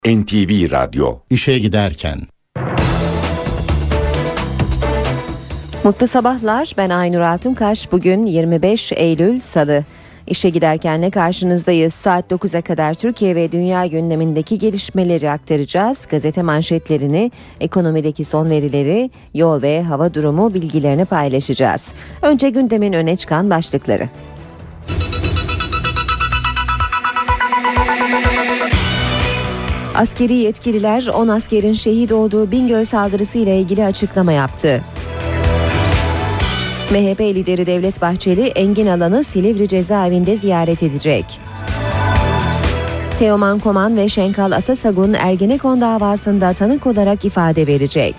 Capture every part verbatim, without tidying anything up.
N T V Radyo. İşe giderken. Mutlu sabahlar, ben Aynur Altunkaş. Bugün yirmi beş Eylül Salı. İşe giderkenle karşınızdayız. Saat dokuza kadar Türkiye ve dünya gündemindeki gelişmeleri aktaracağız. Gazete manşetlerini, ekonomideki son verileri, yol ve hava durumu bilgilerini paylaşacağız. Önce gündemin öne çıkan başlıkları. Askeri yetkililer on askerin şehit olduğu Bingöl saldırısı ile ilgili açıklama yaptı. M H P lideri Devlet Bahçeli, Engin Alan'ı Silivri cezaevinde ziyaret edecek. Teoman Koman ve Şenkal Atasagun Ergenekon davasında tanık olarak ifade verecek.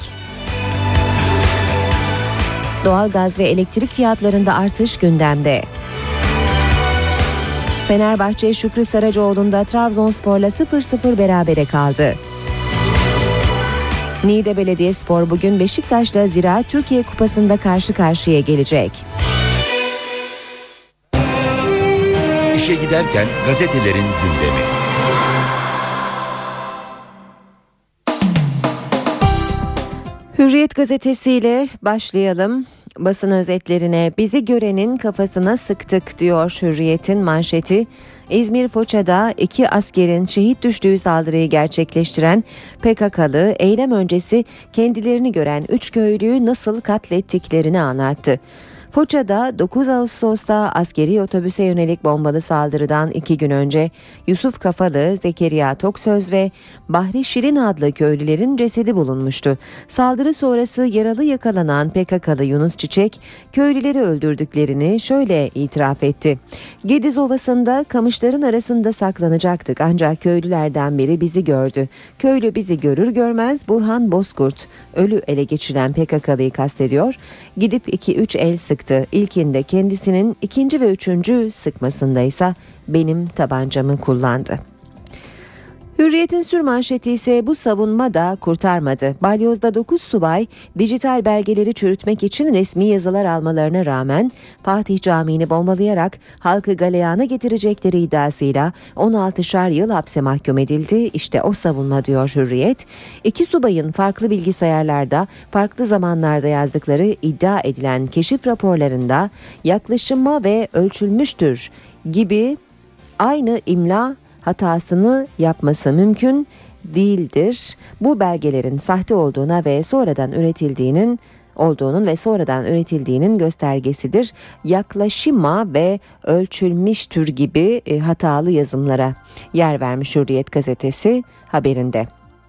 Doğalgaz ve elektrik fiyatlarında artış gündemde. Fenerbahçe Şükrü Saracoğlu'nda Trabzonspor'la sıfır sıfır berabere kaldı. Niğde Belediyespor bugün Beşiktaş'la Ziraat Türkiye Kupası'nda karşı karşıya gelecek. İşe giderken gazetelerin gündemi. Hürriyet gazetesiyle başlayalım. Basın özetlerine bizi görenin kafasına sıktık diyor Hürriyet'in manşeti. İzmir Foça'da iki askerin şehit düştüğü saldırıyı gerçekleştiren P K K'lı eylem öncesi kendilerini gören üç köylüyü nasıl katlettiklerini anlattı. Foça'da dokuz Ağustos'ta askeri otobüse yönelik bombalı saldırıdan iki gün önce Yusuf Kafalı, Zekeriya Toksöz ve Bahri Şirin adlı köylülerin cesedi bulunmuştu. Saldırı sonrası yaralı yakalanan P K K'lı Yunus Çiçek, köylüleri öldürdüklerini şöyle itiraf etti. Gediz Ovası'nda kamışların arasında saklanacaktık ancak köylülerden biri bizi gördü. Köylü bizi görür görmez Burhan Bozkurt, ölü ele geçiren P K K'lıyı kastediyor. Gidip iki üç el sıktı. İlkinde kendisinin, ikinci ve üçüncü sıkmasındaysa benim tabancamı kullandı. Hürriyet'in sürmanşeti ise bu savunma da kurtarmadı. Balyoz'da dokuz subay dijital belgeleri çürütmek için resmi yazılar almalarına rağmen Fatih Camii'ni bombalayarak halkı galeyana getirecekleri iddiasıyla on altışar yıl hapse mahkum edildi. İşte o savunma diyor Hürriyet. İki subayın farklı bilgisayarlarda farklı zamanlarda yazdıkları iddia edilen keşif raporlarında yaklaşıma ve ölçülmüştür gibi aynı imla hatasını yapması mümkün değildir. Bu belgelerin sahte olduğuna ve sonradan üretildiğinin olduğunun ve sonradan üretildiğinin göstergesidir. Yaklaşıma ve ölçülmüştür gibi e, hatalı yazımlara yer vermiş Hürriyet gazetesi haberinde.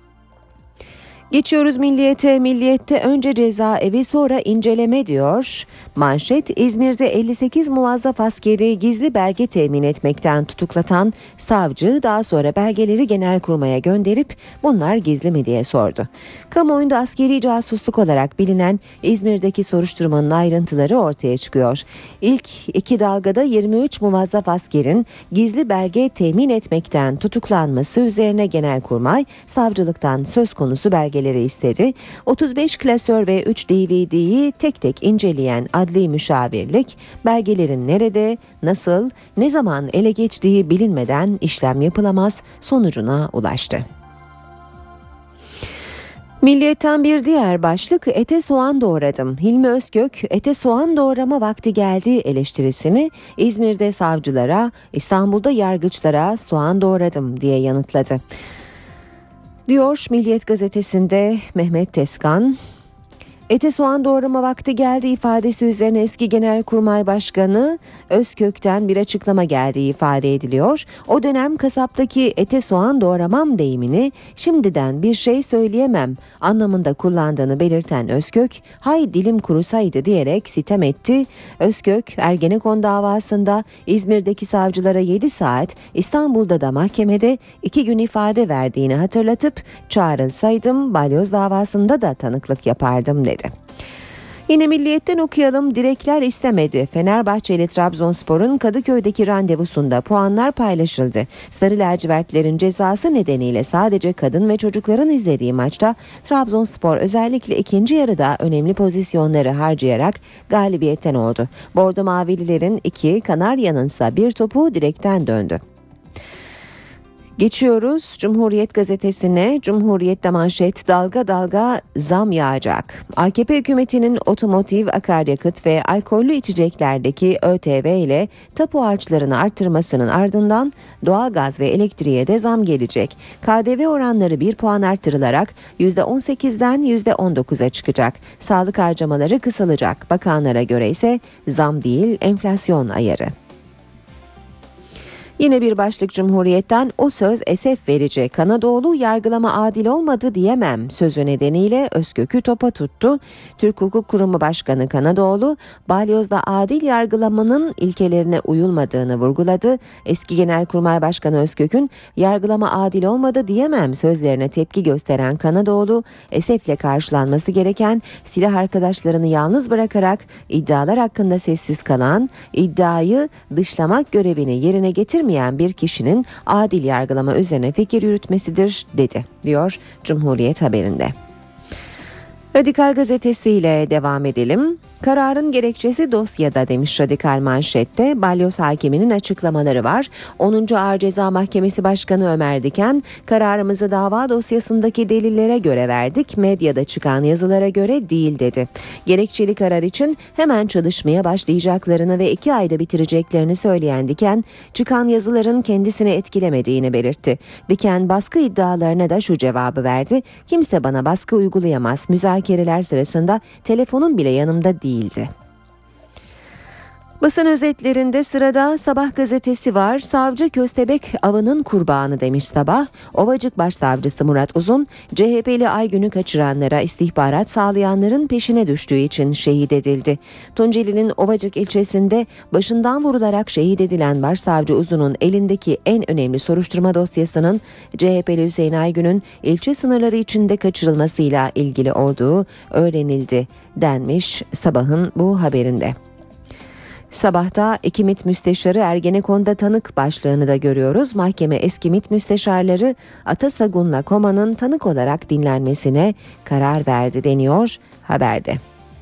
Geçiyoruz Milliyet'e. Milliyet'te önce cezaevi sonra inceleme diyor. Manşet, İzmir'de elli sekiz muvazzaf askeri gizli belge temin etmekten tutuklatan savcı daha sonra belgeleri Genelkurmay'a gönderip bunlar gizli mi diye sordu. Kamuoyunda askeri casusluk olarak bilinen İzmir'deki soruşturmanın ayrıntıları ortaya çıkıyor. İlk iki dalgada yirmi üç muvazzaf askerin gizli belge temin etmekten tutuklanması üzerine Genelkurmay savcılıktan söz konusu belgeleri istedi. otuz beş klasör ve üç D V D'yi tek tek inceleyen adli müşavirlik belgelerin nerede, nasıl, ne zaman ele geçtiği bilinmeden işlem yapılamaz sonucuna ulaştı. Milliyet'ten bir diğer başlık, ete soğan doğradım. Hilmi Özkök, ete soğan doğrama vakti geldi eleştirisini İzmir'de savcılara, İstanbul'da yargıçlara soğan doğradım diye yanıtladı. Diyor Milliyet gazetesinde Mehmet Tezkan. Ete soğan doğrama vakti geldi ifadesi üzerine eski Genelkurmay Başkanı Özkök'ten bir açıklama geldiği ifade ediliyor. O dönem kasaptaki ete soğan doğramam deyimini şimdiden bir şey söyleyemem anlamında kullandığını belirten Özkök, hay dilim kurusaydı diyerek sitem etti. Özkök, Ergenekon davasında İzmir'deki savcılara yedi saat, İstanbul'da da mahkemede iki gün ifade verdiğini hatırlatıp çağrılsaydım balyoz davasında da tanıklık yapardım dedi. Yine Milliyet'ten okuyalım. Direkler istemedi. Fenerbahçe ile Trabzonspor'un Kadıköy'deki randevusunda puanlar paylaşıldı. Sarı lacivertlerin cezası nedeniyle sadece kadın ve çocukların izlediği maçta Trabzonspor özellikle ikinci yarıda önemli pozisyonları harcayarak galibiyetten oldu. Bordo Mavililerin iki, Kanarya'nınsa bir topu direkten döndü. Geçiyoruz Cumhuriyet gazetesine. Cumhuriyet'te manşet dalga dalga zam yağacak. A K P hükümetinin otomotiv, akaryakıt ve alkollü içeceklerdeki ÖTV ile tapu harçlarını arttırmasının ardından doğalgaz ve elektriğe de zam gelecek. K D V oranları bir puan arttırılarak yüzde on sekizden yüzde on dokuza çıkacak. Sağlık harcamaları kısılacak. Bakanlara göre ise zam değil enflasyon ayarı. Yine bir başlık Cumhuriyet'ten, o söz esef verici. Kanadoğlu yargılama adil olmadı diyemem sözü nedeniyle Özkök'ü topa tuttu. Türk Hukuk Kurumu Başkanı Kanadoğlu, balyozda adil yargılamanın ilkelerine uyulmadığını vurguladı. Eski Genelkurmay Başkanı Özkök'ün yargılama adil olmadı diyemem sözlerine tepki gösteren Kanadoğlu, esefle karşılanması gereken silah arkadaşlarını yalnız bırakarak iddialar hakkında sessiz kalan, iddiayı dışlamak görevini yerine getirmeyen bir kişinin adil yargılama üzerine fikir yürütmesidir dedi, diyor Cumhuriyet haberinde. Radikal gazetesiyle devam edelim. Kararın gerekçesi dosyada demiş Radikal manşette. Balyoz hakiminin açıklamaları var. onuncu Ağır Ceza Mahkemesi Başkanı Ömer Diken, kararımızı dava dosyasındaki delillere göre verdik, medyada çıkan yazılara göre değil dedi. Gerekçeli karar için hemen çalışmaya başlayacaklarını ve iki ayda bitireceklerini söyleyen Diken, çıkan yazıların kendisini etkilemediğini belirtti. Diken baskı iddialarına da şu cevabı verdi: kimse bana baskı uygulayamaz. Müzakereler sırasında telefonum bile yanımda değil. değildi. Basın özetlerinde sırada Sabah gazetesi var. Savcı köstebek avının kurbanı demiş Sabah. Ovacık Başsavcısı Murat Uzun, C H P'li Aygün'ü kaçıranlara istihbarat sağlayanların peşine düştüğü için şehit edildi. Tunceli'nin Ovacık ilçesinde başından vurularak şehit edilen Başsavcı Uzun'un elindeki en önemli soruşturma dosyasının C H P'li Hüseyin Aygün'ün ilçe sınırları içinde kaçırılmasıyla ilgili olduğu öğrenildi denmiş Sabah'ın bu haberinde. Sabahta iki MİT müsteşarı Ergenekon'da tanık başlığını da görüyoruz. Mahkeme eski MİT müsteşarları Atasagun'la Koma'nın tanık olarak dinlenmesine karar verdi deniyor haberde.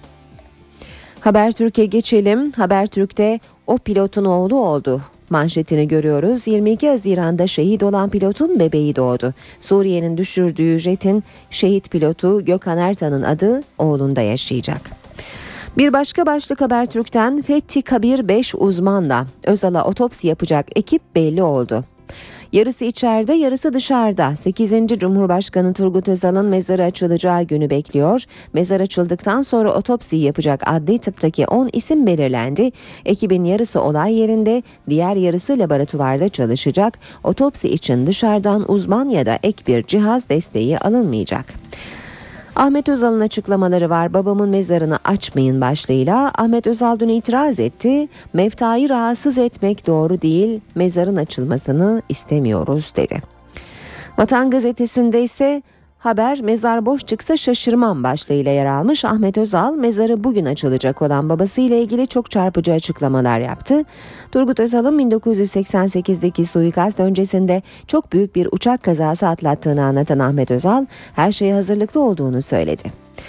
Habertürk'e geçelim. Habertürk'te o pilotun oğlu oldu manşetini görüyoruz. yirmi iki Haziran'da şehit olan pilotun bebeği doğdu. Suriye'nin düşürdüğü jetin şehit pilotu Gökhan Ertan'ın adı oğlunda yaşayacak. Bir başka başlık Habertürk'ten, Fethi Kabir beş uzmanla Özal'a otopsi yapacak ekip belli oldu. Yarısı içeride, yarısı dışarıda. sekizinci Cumhurbaşkanı Turgut Özal'ın mezarı açılacağı günü bekliyor. Mezar açıldıktan sonra otopsi yapacak adli tıptaki on isim belirlendi. Ekibin yarısı olay yerinde, diğer yarısı laboratuvarda çalışacak. Otopsi için dışarıdan uzman ya da ek bir cihaz desteği alınmayacak. Ahmet Özal'ın açıklamaları var. Babamın mezarını açmayın başlığıyla. Ahmet Özal dün itiraz etti. Meftayı rahatsız etmek doğru değil. Mezarın açılmasını istemiyoruz dedi. Vatan gazetesinde ise haber mezar boş çıksa şaşırmam başlığıyla yer almış. Ahmet Özal mezarı bugün açılacak olan babasıyla ilgili çok çarpıcı açıklamalar yaptı. Turgut Özal'ın bin dokuz yüz seksen sekizdeki suikast öncesinde çok büyük bir uçak kazası atlattığını anlatan Ahmet Özal her şeye hazırlıklı olduğunu söyledi.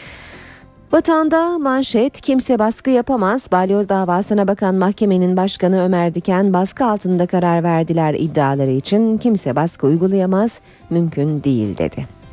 Vatanda manşet, kimse baskı yapamaz. Balyoz davasına bakan mahkemenin başkanı Ömer Diken, baskı altında karar verdiler iddiaları için kimse baskı uygulayamaz, mümkün değil dedi.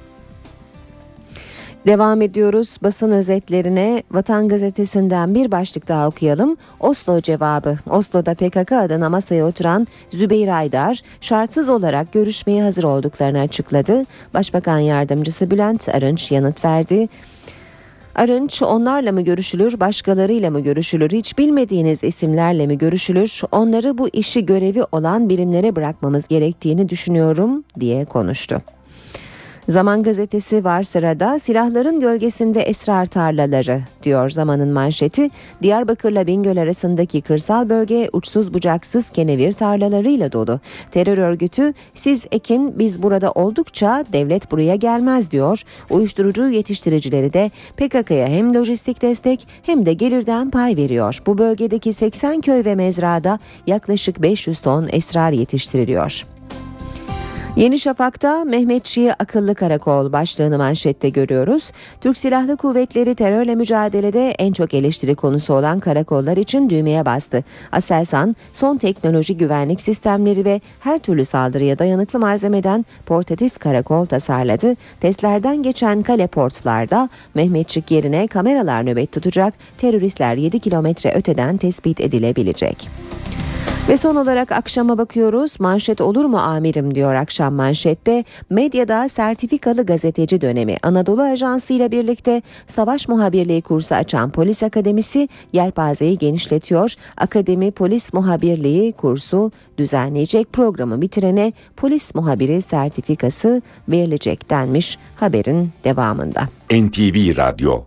Devam ediyoruz basın özetlerine. Vatan gazetesinden bir başlık daha okuyalım. Oslo cevabı. Oslo'da P K K adına masaya oturan Zübeyir Aydar şartsız olarak görüşmeye hazır olduklarını açıkladı. Başbakan Yardımcısı Bülent Arınç yanıt verdi. Arınç, onlarla mı görüşülür, başkalarıyla mı görüşülür, hiç bilmediğiniz isimlerle mi görüşülür, onları bu işi görevi olan birimlere bırakmamız gerektiğini düşünüyorum diye konuştu. Zaman gazetesi var sırada. Silahların gölgesinde esrar tarlaları diyor Zaman'ın manşeti. Diyarbakır'la Bingöl arasındaki kırsal bölge uçsuz bucaksız kenevir tarlalarıyla dolu. Terör örgütü siz ekin biz burada oldukça devlet buraya gelmez diyor. Uyuşturucu yetiştiricileri de P K K'ya hem lojistik destek hem de gelirden pay veriyor. Bu bölgedeki seksen köy ve mezrada yaklaşık beş yüz ton esrar yetiştiriliyor. Yeni Şafak'ta Mehmetçiği akıllı karakol başlığını manşette görüyoruz. Türk Silahlı Kuvvetleri terörle mücadelede en çok eleştiri konusu olan karakollar için düğmeye bastı. Aselsan son teknoloji güvenlik sistemleri ve her türlü saldırıya dayanıklı malzemeden portatif karakol tasarladı. Testlerden geçen kale portlarda Mehmetçik yerine kameralar nöbet tutacak, teröristler yedi kilometre öteden tespit edilebilecek. Ve son olarak akşama bakıyoruz. Manşet olur mu amirim diyor akşam manşette. Medyada sertifikalı gazeteci dönemi. Anadolu Ajansı ile birlikte savaş muhabirliği kursu açan Polis Akademisi yelpazeyi genişletiyor. Akademi Polis Muhabirliği kursu düzenleyecek, programı bitirene polis muhabiri sertifikası verilecek denmiş haberin devamında. N T V Radyo.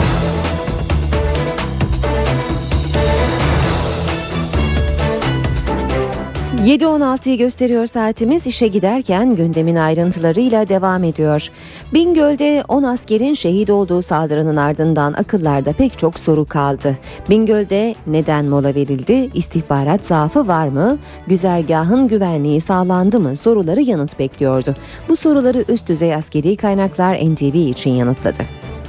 yedi on altıyı gösteriyor saatimiz. İşe giderken gündemin ayrıntılarıyla devam ediyor. Bingöl'de on askerin şehit olduğu saldırının ardından akıllarda pek çok soru kaldı. Bingöl'de neden mola verildi? İstihbarat zaafı var mı? Güzergahın güvenliği sağlandı mı? Soruları yanıt bekliyordu. Bu soruları üst düzey askeri kaynaklar N T V için yanıtladı.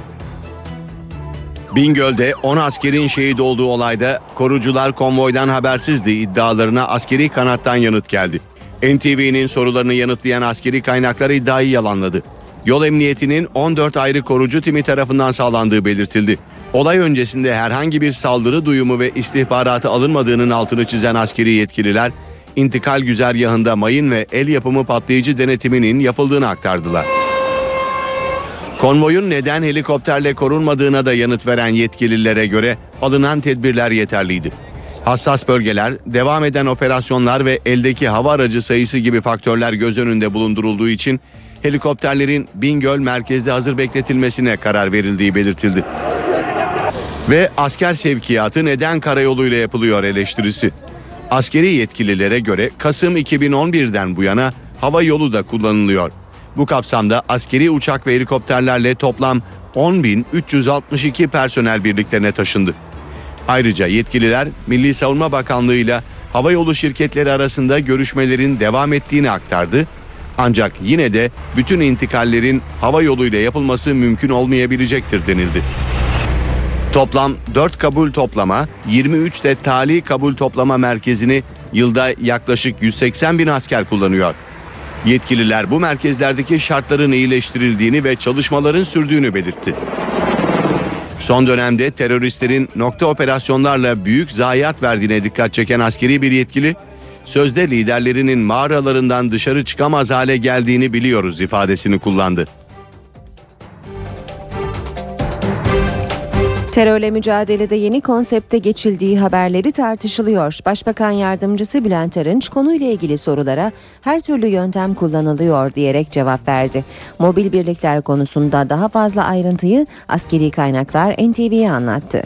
Bingöl'de on askerin şehit olduğu olayda korucular konvoydan habersizdi iddialarına askeri kanattan yanıt geldi. N T V'nin sorularını yanıtlayan askeri kaynaklar iddiayı yalanladı. Yol emniyetinin on dört ayrı korucu timi tarafından sağlandığı belirtildi. Olay öncesinde herhangi bir saldırı duyumu ve istihbaratı alınmadığının altını çizen askeri yetkililer, intikal güzergahında mayın ve el yapımı patlayıcı denetiminin yapıldığını aktardılar. Konvoyun neden helikopterle korunmadığına da yanıt veren yetkililere göre alınan tedbirler yeterliydi. Hassas bölgeler, devam eden operasyonlar ve eldeki hava aracı sayısı gibi faktörler göz önünde bulundurulduğu için helikopterlerin Bingöl merkezde hazır bekletilmesine karar verildiği belirtildi. Ve asker sevkiyatı neden karayoluyla yapılıyor eleştirisi. Askeri yetkililere göre Kasım iki bin on birden bu yana hava yolu da kullanılıyor. Bu kapsamda askeri uçak ve helikopterlerle toplam on bin üç yüz altmış iki personel birliklerine taşındı. Ayrıca yetkililer Milli Savunma Bakanlığı ile havayolu şirketleri arasında görüşmelerin devam ettiğini aktardı. Ancak yine de bütün intikallerin hava yoluyla yapılması mümkün olmayabilecektir denildi. Toplam dört kabul toplama, yirmi üç de tali kabul toplama merkezini yılda yaklaşık yüz seksen bin asker kullanıyor. Yetkililer bu merkezlerdeki şartların iyileştirildiğini ve çalışmaların sürdüğünü belirtti. Son dönemde teröristlerin nokta operasyonlarla büyük zayiat verdiğine dikkat çeken askeri bir yetkili, sözde liderlerinin mağaralarından dışarı çıkamaz hale geldiğini biliyoruz ifadesini kullandı. Terörle mücadelede yeni konsepte geçildiği haberleri tartışılıyor. Başbakan Yardımcısı Bülent Arınç konuyla ilgili sorulara her türlü yöntem kullanılıyor diyerek cevap verdi. Mobil birlikler konusunda daha fazla ayrıntıyı askeri kaynaklar N T V'ye anlattı.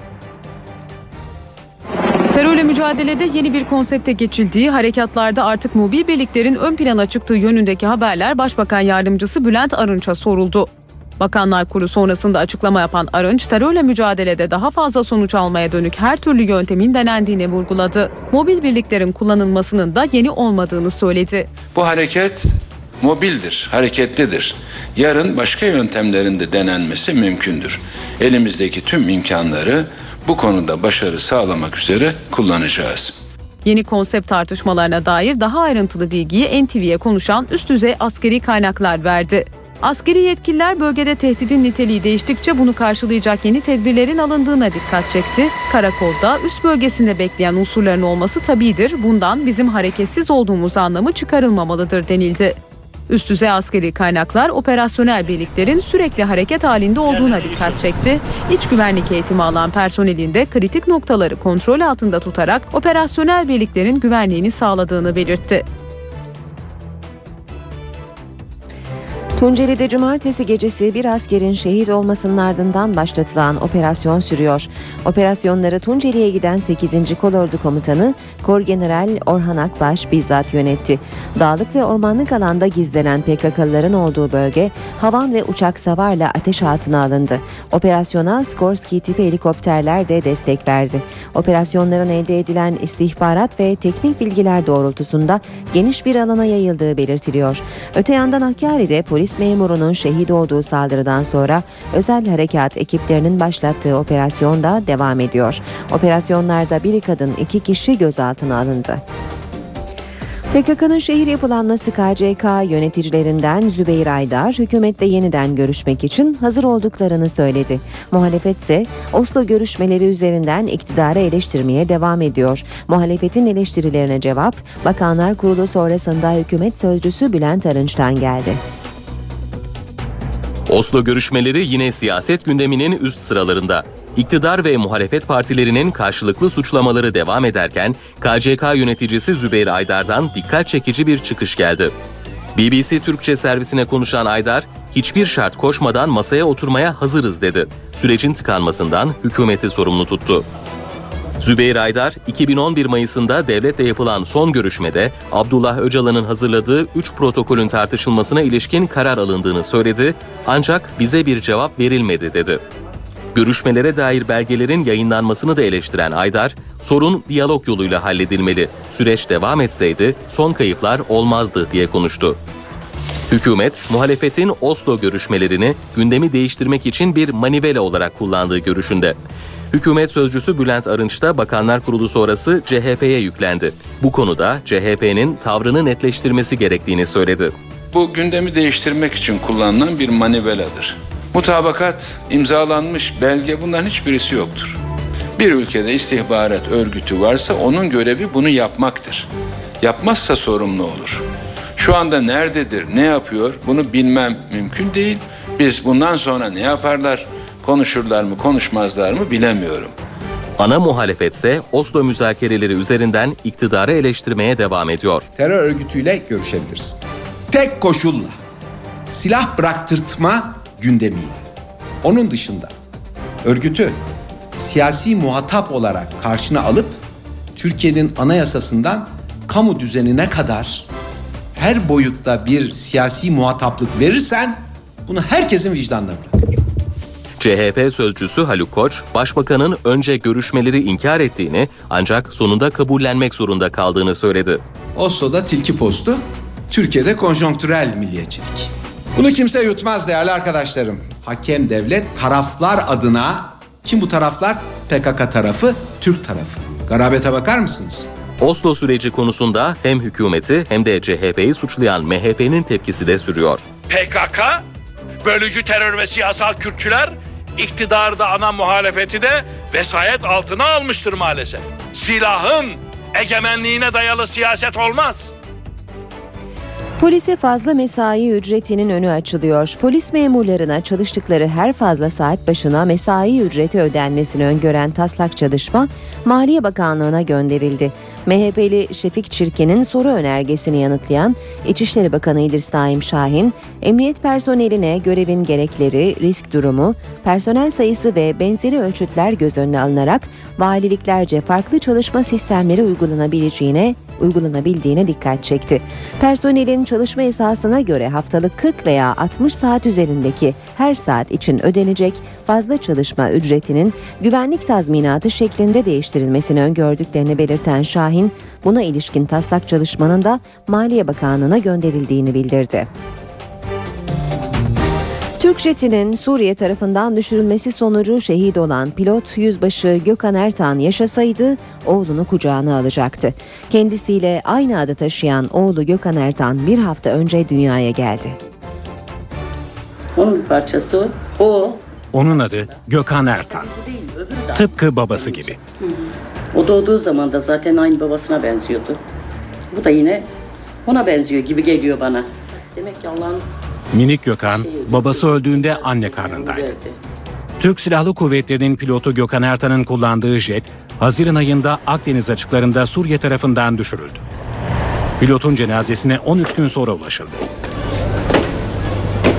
Terörle mücadelede yeni bir konsepte geçildiği, harekatlarda artık mobil birliklerin ön plana çıktığı yönündeki haberler Başbakan Yardımcısı Bülent Arınç'a soruldu. Bakanlar Kurulu sonrasında açıklama yapan Arınç, terörle mücadelede daha fazla sonuç almaya dönük her türlü yöntemin denendiğini vurguladı. Mobil birliklerin kullanılmasının da yeni olmadığını söyledi. Bu hareket mobildir, hareketlidir. Yarın başka yöntemlerin de denenmesi mümkündür. Elimizdeki tüm imkanları bu konuda başarı sağlamak üzere kullanacağız. Yeni konsept tartışmalarına dair daha ayrıntılı bilgiyi N T V'ye konuşan üst düzey askeri kaynaklar verdi. Askeri yetkililer bölgede tehdidin niteliği değiştikçe bunu karşılayacak yeni tedbirlerin alındığına dikkat çekti. Karakolda üst bölgesinde bekleyen unsurların olması tabiidir. Bundan bizim hareketsiz olduğumuz anlamı çıkarılmamalıdır denildi. Üst düzey askeri kaynaklar operasyonel birliklerin sürekli hareket halinde olduğuna dikkat çekti. İç güvenlik eğitimi alan personelin de kritik noktaları kontrol altında tutarak operasyonel birliklerin güvenliğini sağladığını belirtti. Tunceli'de cumartesi gecesi bir askerin şehit olmasının ardından başlatılan operasyon sürüyor. Operasyonları Tunceli'ye giden sekizinci Kolordu Komutanı Korgeneral Orhan Akbaş bizzat yönetti. Dağlık ve ormanlık alanda gizlenen P K K'lıların olduğu bölge havan ve uçak savarla ateş altına alındı. Operasyona Skorsky tipi helikopterler de destek verdi. Operasyonların elde edilen istihbarat ve teknik bilgiler doğrultusunda geniş bir alana yayıldığı belirtiliyor. Öte yandan Hakkari'de polis memurunun şehit olduğu saldırıdan sonra özel harekat ekiplerinin başlattığı operasyon da devam ediyor. Operasyonlarda bir kadın iki kişi gözaltına alındı. P K K'nın şehir yapılanması K C K yöneticilerinden Zübeyir Aydar, hükümetle yeniden görüşmek için hazır olduklarını söyledi. Muhalefet ise Oslo görüşmeleri üzerinden iktidarı eleştirmeye devam ediyor. Muhalefetin eleştirilerine cevap, Bakanlar Kurulu sonrasında hükümet sözcüsü Bülent Arınç'tan geldi. Oslo görüşmeleri yine siyaset gündeminin üst sıralarında. İktidar ve muhalefet partilerinin karşılıklı suçlamaları devam ederken K C K yöneticisi Zübeyir Aydar'dan dikkat çekici bir çıkış geldi. B B C Türkçe servisine konuşan Aydar, hiçbir şart koşmadan masaya oturmaya hazırız dedi. Sürecin tıkanmasından hükümeti sorumlu tuttu. Zübeyir Aydar, iki bin on bir Mayıs'ında devletle yapılan son görüşmede Abdullah Öcalan'ın hazırladığı üç protokolün tartışılmasına ilişkin karar alındığını söyledi, ancak bize bir cevap verilmedi dedi. Görüşmelere dair belgelerin yayınlanmasını da eleştiren Aydar, sorun diyalog yoluyla halledilmeli, süreç devam etseydi son kayıplar olmazdı diye konuştu. Hükümet, muhalefetin Oslo görüşmelerini gündemi değiştirmek için bir manivela olarak kullandığı görüşünde. Hükümet sözcüsü Bülent Arınç da Bakanlar Kurulu sonrası C H P'ye yüklendi. Bu konuda C H P'nin tavrını netleştirmesi gerektiğini söyledi. Bu gündemi değiştirmek için kullanılan bir maniveladır. Mutabakat, imzalanmış belge, bunların hiçbirisi yoktur. Bir ülkede istihbarat örgütü varsa onun görevi bunu yapmaktır. Yapmazsa sorumlu olur. Şu anda nerededir, ne yapıyor bunu bilmem mümkün değil. Biz bundan sonra ne yaparlar, konuşurlar mı, konuşmazlar mı bilemiyorum. Ana muhalefetse Oslo müzakereleri üzerinden iktidarı eleştirmeye devam ediyor. Terör örgütüyle görüşebilirsin. Tek koşulla silah bıraktırtma gündemiyle. Onun dışında örgütü siyasi muhatap olarak karşına alıp Türkiye'nin anayasasından kamu düzenine kadar her boyutta bir siyasi muhataplık verirsen bunu herkesin vicdanına bırakır. C H P sözcüsü Haluk Koç, Başbakanın önce görüşmeleri inkar ettiğini ancak sonunda kabullenmek zorunda kaldığını söyledi. Oslo'da tilki postu, Türkiye'de konjonktürel milliyetçilik. Bunu kimse yutmaz değerli arkadaşlarım. Hakem devlet taraflar adına, kim bu taraflar? P K K tarafı, Türk tarafı. Garabete bakar mısınız? Oslo süreci konusunda hem hükümeti hem de C H P'yi suçlayan M H P'nin tepkisi de sürüyor. P K K, bölücü terör ve siyasal Kürtçüler, iktidarı da ana muhalefeti de vesayet altına almıştır maalesef. Silahın egemenliğine dayalı siyaset olmaz. Polise fazla mesai ücretinin önü açılıyor. Polis memurlarına çalıştıkları her fazla saat başına mesai ücreti ödenmesini öngören taslak çalışma Maliye Bakanlığı'na gönderildi. M H P'li Şefik Çirkin'in soru önergesini yanıtlayan İçişleri Bakanı İdris Naim Şahin, emniyet personeline görevin gerekleri, risk durumu, personel sayısı ve benzeri ölçütler göz önüne alınarak valiliklerce farklı çalışma sistemleri uygulanabileceğine, uygulanabildiğine dikkat çekti. Personelin çalışma esasına göre haftalık kırk veya altmış saat üzerindeki her saat için ödenecek fazla çalışma ücretinin güvenlik tazminatı şeklinde değiştirilmesini öngördüklerini belirten Şahin, buna ilişkin taslak çalışmanın da Maliye Bakanlığı'na gönderildiğini bildirdi. Türk jetinin Suriye tarafından düşürülmesi sonucu şehit olan pilot Yüzbaşı Gökhan Ertan yaşasaydı oğlunu kucağına alacaktı. Kendisiyle aynı adı taşıyan oğlu Gökhan Ertan bir hafta önce dünyaya geldi. Onun parçası o. Onun adı Gökhan Ertan. Tıpkı babası gibi. O doğduğu zaman da zaten aynı babasına benziyordu. Bu da yine ona benziyor gibi geliyor bana. Demek ki Allah'ın... Minik Gökhan, babası öldüğünde anne karnındaydı. Türk Silahlı Kuvvetleri'nin pilotu Gökhan Ertan'ın kullandığı jet, Haziran ayında Akdeniz açıklarında Suriye tarafından düşürüldü. Pilotun cenazesine on üç gün sonra ulaşıldı.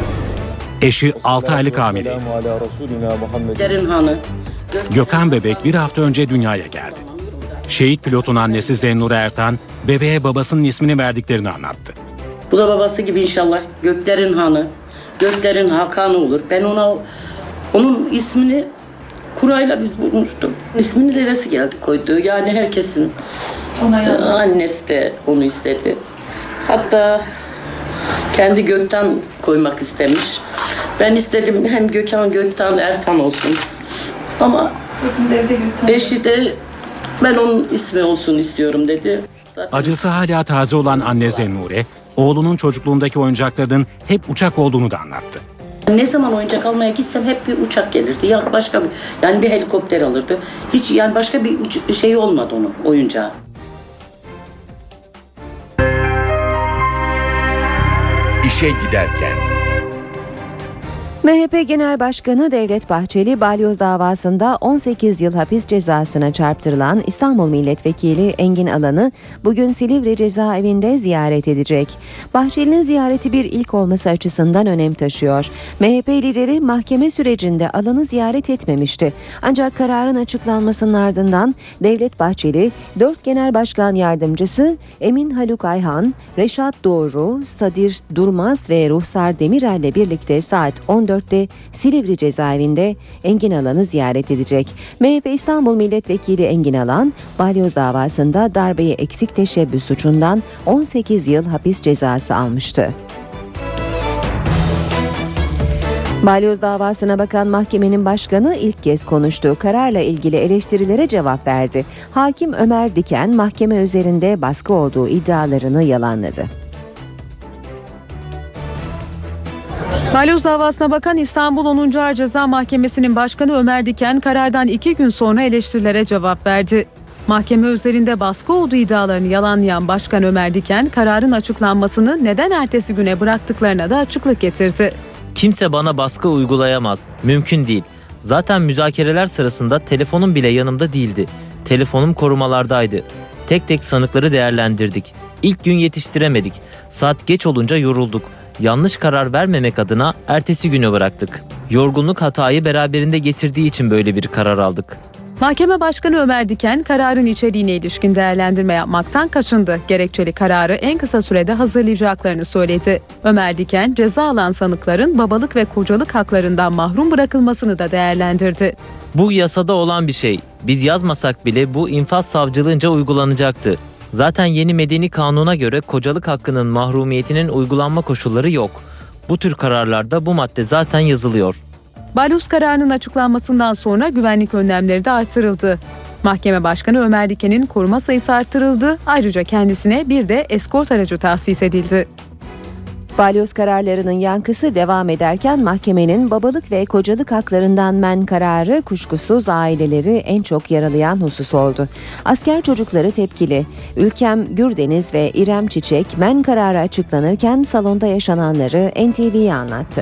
Eşi altı aylık hamileydi. Derin hanı. Gökhan bebek bir hafta önce dünyaya geldi. Şehit pilotun annesi Zennur Ertan, bebeğe babasının ismini verdiklerini anlattı. Bu da babası gibi inşallah Göklerin hanı, Göklerin Hakan'ı olur. Ben ona onun ismini kurayla biz bulmuştuk. İsmini dedesi geldi koydu. Yani herkesin annesi de onu istedi. Hatta kendi Gökten koymak istemiş. Ben istedim hem Gökhan Gökten Ertan olsun. Ama eşi de ben onun ismi olsun istiyorum dedi. Zaten... Acısı hala taze olan anne Zennure, oğlunun çocukluğundaki oyuncaklarının hep uçak olduğunu da anlattı. Ne zaman oyuncak almaya gitsem hep bir uçak gelirdi. Ya başka bir, yani bir helikopter alırdı. Hiç yani başka bir şey olmadı onun oyuncağı. İşe giderken. M H P Genel Başkanı Devlet Bahçeli, balyoz davasında on sekiz yıl hapis cezasına çarptırılan İstanbul Milletvekili Engin Alan'ı bugün Silivri Cezaevinde ziyaret edecek. Bahçeli'nin ziyareti bir ilk olması açısından önem taşıyor. M H P lideri mahkeme sürecinde Alan'ı ziyaret etmemişti. Ancak kararın açıklanmasının ardından Devlet Bahçeli, dört Genel Başkan Yardımcısı Emin Haluk Ayhan, Reşat Doğru, Sadir Durmaz ve Ruhsar Demirel'le birlikte saat on dörtte Silivri Cezaevinde Engin Alan'ı ziyaret edecek. M H P İstanbul Milletvekili Engin Alan, balyoz davasında darbeyi eksik teşebbüs suçundan on sekiz yıl hapis cezası almıştı. Balyoz davasına bakan mahkemenin başkanı ilk kez konuştu. Kararla ilgili eleştirilere cevap verdi. Hakim Ömer Diken, mahkeme üzerinde baskı olduğu iddialarını yalanladı. Balyoz davasına bakan İstanbul onuncu Ağır Ceza Mahkemesi'nin başkanı Ömer Diken karardan iki gün sonra eleştirilere cevap verdi. Mahkeme üzerinde baskı olduğu iddialarını yalanlayan Başkan Ömer Diken, kararın açıklanmasını neden ertesi güne bıraktıklarına da açıklık getirdi. Kimse bana baskı uygulayamaz. Mümkün değil. Zaten müzakereler sırasında telefonum bile yanımda değildi. Telefonum korumalardaydı. Tek tek sanıkları değerlendirdik. İlk gün yetiştiremedik. Saat geç olunca yorulduk. Yanlış karar vermemek adına ertesi güne bıraktık. Yorgunluk hatayı beraberinde getirdiği için böyle bir karar aldık. Mahkeme Başkanı Ömer Diken, kararın içeriğine ilişkin değerlendirme yapmaktan kaçındı. Gerekçeli kararı en kısa sürede hazırlayacaklarını söyledi. Ömer Diken, ceza alan sanıkların babalık ve kocalık haklarından mahrum bırakılmasını da değerlendirdi. Bu yasada olan bir şey. Biz yazmasak bile bu infaz savcılığınca uygulanacaktı. Zaten yeni medeni kanuna göre kocalık hakkının mahrumiyetinin uygulanma koşulları yok. Bu tür kararlarda bu madde zaten yazılıyor. Balyoz kararının açıklanmasından sonra güvenlik önlemleri de artırıldı. Mahkeme Başkanı Ömer Diken'in koruma sayısı artırıldı. Ayrıca kendisine bir de eskort aracı tahsis edildi. Balyoz kararlarının yankısı devam ederken mahkemenin babalık ve kocalık haklarından men kararı kuşkusuz aileleri en çok yaralayan husus oldu. Asker çocukları tepkili. Ülkem Gürdeniz ve İrem Çiçek men kararı açıklanırken salonda yaşananları N T V'ye anlattı.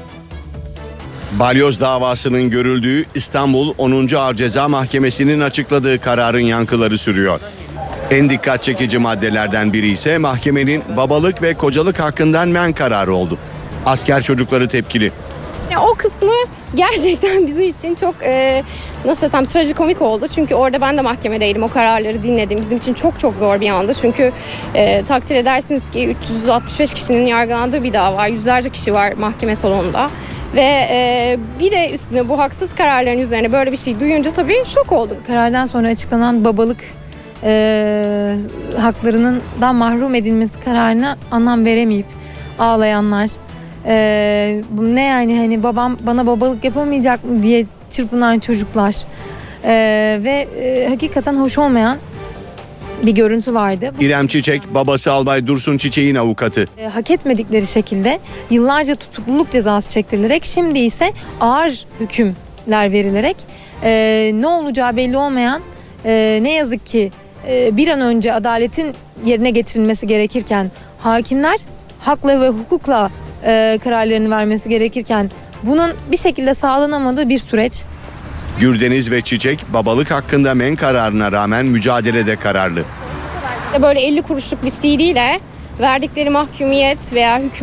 Balyoz davasının görüldüğü İstanbul onuncu Ağır Ceza Mahkemesi'nin açıkladığı kararın yankıları sürüyor. En dikkat çekici maddelerden biri ise mahkemenin babalık ve kocalık hakkından men kararı oldu. Asker çocukları tepkili. Ya o kısmı gerçekten bizim için çok e, nasıl desem trajikomik oldu. Çünkü orada ben de mahkemedeydim, o kararları dinledim. Bizim için çok çok zor bir andı. Çünkü e, takdir edersiniz ki üç yüz altmış beş kişinin yargılandığı bir dava. Yüzlerce kişi var mahkeme salonunda. Ve e, bir de üstüne bu haksız kararların üzerine böyle bir şey duyunca tabii şok oldum. Karardan sonra açıklanan babalık e, haklarından mahrum edilmesi kararına anlam veremeyip ağlayanlar, e, ne yani hani babam bana babalık yapamayacak mı diye çırpınan çocuklar e, ve e, hakikaten hoş olmayan bir görüntü vardı. İrem Çiçek, babası Albay Dursun Çiçek'in avukatı. E, hak etmedikleri şekilde yıllarca tutukluluk cezası çektirilerek, şimdi ise ağır hükümler verilerek e, ne olacağı belli olmayan, e, ne yazık ki e, bir an önce adaletin yerine getirilmesi gerekirken, hakimler hakla ve hukukla e, kararlarını vermesi gerekirken bunun bir şekilde sağlanamadığı bir süreç. Gürdeniz ve Çiçek babalık hakkında men kararına rağmen mücadelede kararlı. Böyle elli kuruşluk bir C D ile verdikleri mahkumiyet veya hükmün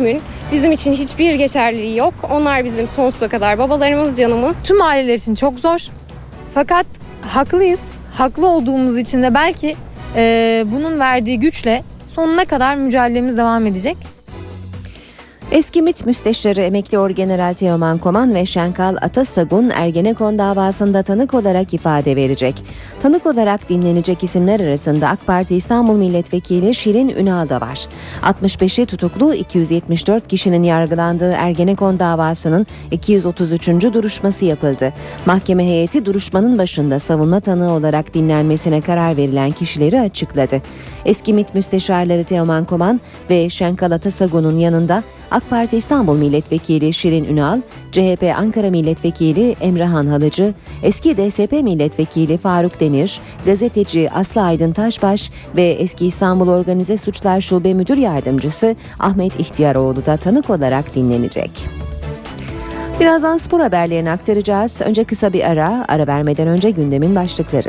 bizim için hiçbir geçerliliği yok. Onlar bizim sonsuza kadar babalarımız, canımız. Tüm aileler için çok zor. Fakat haklıyız. Haklı olduğumuz için de belki e, bunun verdiği güçle sonuna kadar mücadelemiz devam edecek. Eski MİT Müsteşarı Emekli Orgeneral Teoman Koman ve Şenkal Atasagun Ergenekon davasında tanık olarak ifade verecek. Tanık olarak dinlenecek isimler arasında AK Parti İstanbul Milletvekili Şirin Ünal da var. altmış beşi tutuklu iki yüz yetmiş dört kişinin yargılandığı Ergenekon davasının iki yüz otuz üçüncü duruşması yapıldı. Mahkeme heyeti duruşmanın başında savunma tanığı olarak dinlenmesine karar verilen kişileri açıkladı. Eski MİT Müsteşarları Teoman Koman ve Şenkal Atasagun'un yanında AK Parti İstanbul Milletvekili Şirin Ünal, C H P Ankara Milletvekili Emrehan Halıcı, eski D S P Milletvekili Faruk Demir, gazeteci Aslı Aydın Taşbaş ve eski İstanbul Organize Suçlar Şube Müdür Yardımcısı Ahmet İhtiyaroğlu da tanık olarak dinlenecek. Birazdan spor haberlerini aktaracağız. Önce kısa bir ara, ara vermeden önce gündemin başlıkları.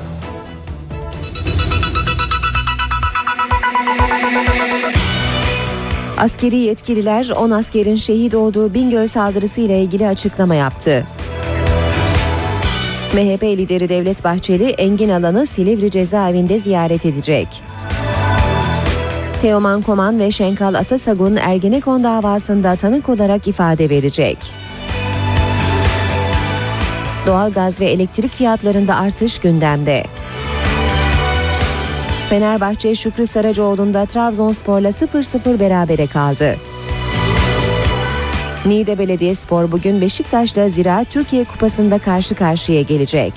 Askeri yetkililer on askerin şehit olduğu Bingöl saldırısı ile ilgili açıklama yaptı. M H P lideri Devlet Bahçeli, Engin Alan'ı Silivri cezaevinde ziyaret edecek. Teoman Koman ve Şenkal Atasagun Ergenekon davasında tanık olarak ifade verecek. Doğalgaz ve elektrik fiyatlarında artış gündemde. Fenerbahçe Şükrü Saracoğlu'nda Trabzonspor'la sıfır sıfır berabere kaldı. Niğde Belediyespor bugün Beşiktaş'la Ziraat Türkiye Kupası'nda karşı karşıya gelecek.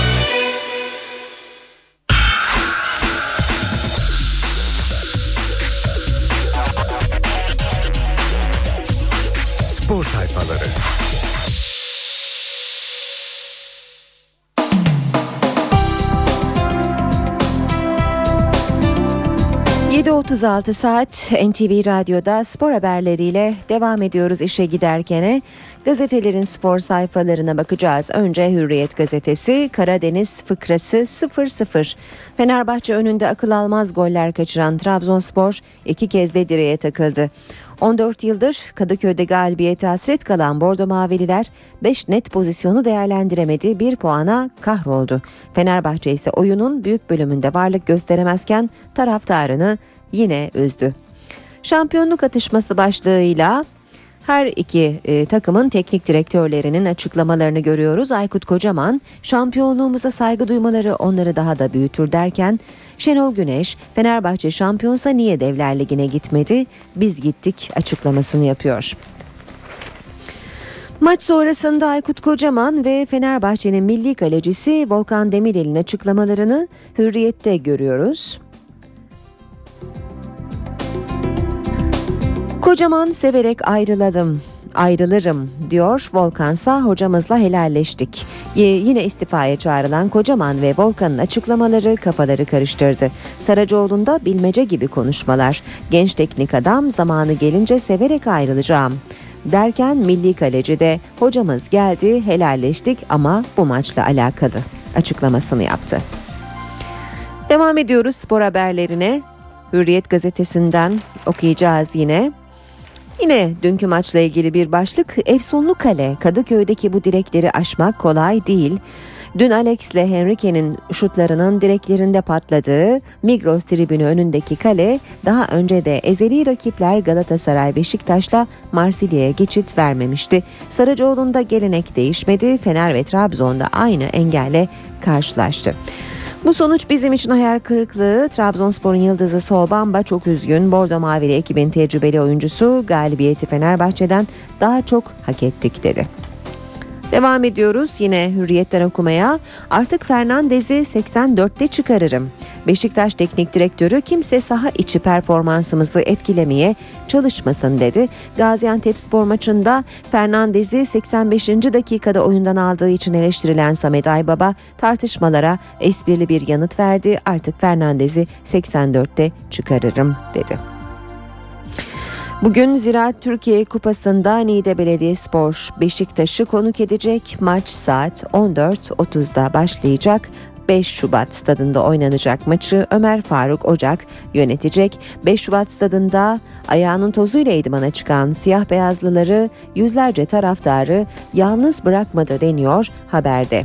Spor sayfaları. yedi otuz altı saat N T V Radyo'da spor haberleriyle devam ediyoruz işe giderkene. Gazetelerin spor sayfalarına bakacağız. Önce Hürriyet gazetesi, Karadeniz fıkrası sıfır sıfır. Fenerbahçe önünde akıl almaz goller kaçıran Trabzonspor iki kez de direğe takıldı. on dört yıldır Kadıköy'de galibiyete hasret kalan Bordo Mavililer beş net pozisyonu değerlendiremedi, bir puana kahroldu. Fenerbahçe ise oyunun büyük bölümünde varlık gösteremezken taraftarını yine üzdü. Şampiyonluk atışması başlığıyla her iki e, takımın teknik direktörlerinin açıklamalarını görüyoruz. Aykut Kocaman, şampiyonluğumuza saygı duymaları onları daha da büyütür derken, Şenol Güneş, Fenerbahçe şampiyonsa niye Devler Ligi'ne gitmedi? Biz gittik açıklamasını yapıyor. Maç sonrasında Aykut Kocaman ve Fenerbahçe'nin milli kalecisi Volkan Demirel'in açıklamalarını Hürriyet'te görüyoruz. Kocaman severek ayrıladım, ayrılırım diyor. Volkansa hocamızla helalleştik. Yine istifaya çağrılan Kocaman ve Volkan'ın açıklamaları kafaları karıştırdı. Saracoğlu'nda bilmece gibi konuşmalar. Genç teknik adam zamanı gelince severek ayrılacağım derken milli kaleci de hocamız geldi, helalleştik ama bu maçla alakalı açıklamasını yaptı. Devam ediyoruz spor haberlerine. Hürriyet gazetesinden okuyacağız yine. Yine dünkü maçla ilgili bir başlık, Efsunlu Kale. Kadıköy'deki bu direkleri aşmak kolay değil. Dün Alex ile Henrique'nin şutlarının direklerinde patladığı Migros tribünü önündeki kale, daha önce de ezeli rakipler Galatasaray, Beşiktaş'la Marsilya'ya geçit vermemişti. Saracoğlu'nda gelenek değişmedi. Fener ve Trabzon'da aynı engelle karşılaştı. Bu sonuç bizim için hayal kırıklığı. Trabzonspor'un yıldızı Sol Bamba çok üzgün. Bordo Mavili ekibin tecrübeli oyuncusu galibiyeti Fenerbahçe'den daha çok hak ettik dedi. Devam ediyoruz yine Hürriyet'ten okumaya. Artık Fernandez'i seksen dörtte çıkarırım. Beşiktaş Teknik Direktörü kimse saha içi performansımızı etkilemeye çalışmasın dedi. Gaziantepspor maçında Fernandez'i seksen beşinci dakikada oyundan aldığı için eleştirilen Samet Aybaba tartışmalara esprili bir yanıt verdi. Artık Fernandez'i seksen dörtte çıkarırım dedi. Bugün Ziraat Türkiye Kupası'nda Niğde Belediyespor Beşiktaş'ı konuk edecek. Maç saat on dört otuzda başlayacak. beş Şubat stadında oynanacak maçı Ömer Faruk Ocak yönetecek. beş Şubat stadında ayağının tozuyla idmana çıkan siyah beyazlıları yüzlerce taraftarı yalnız bırakmadı deniyor haberde.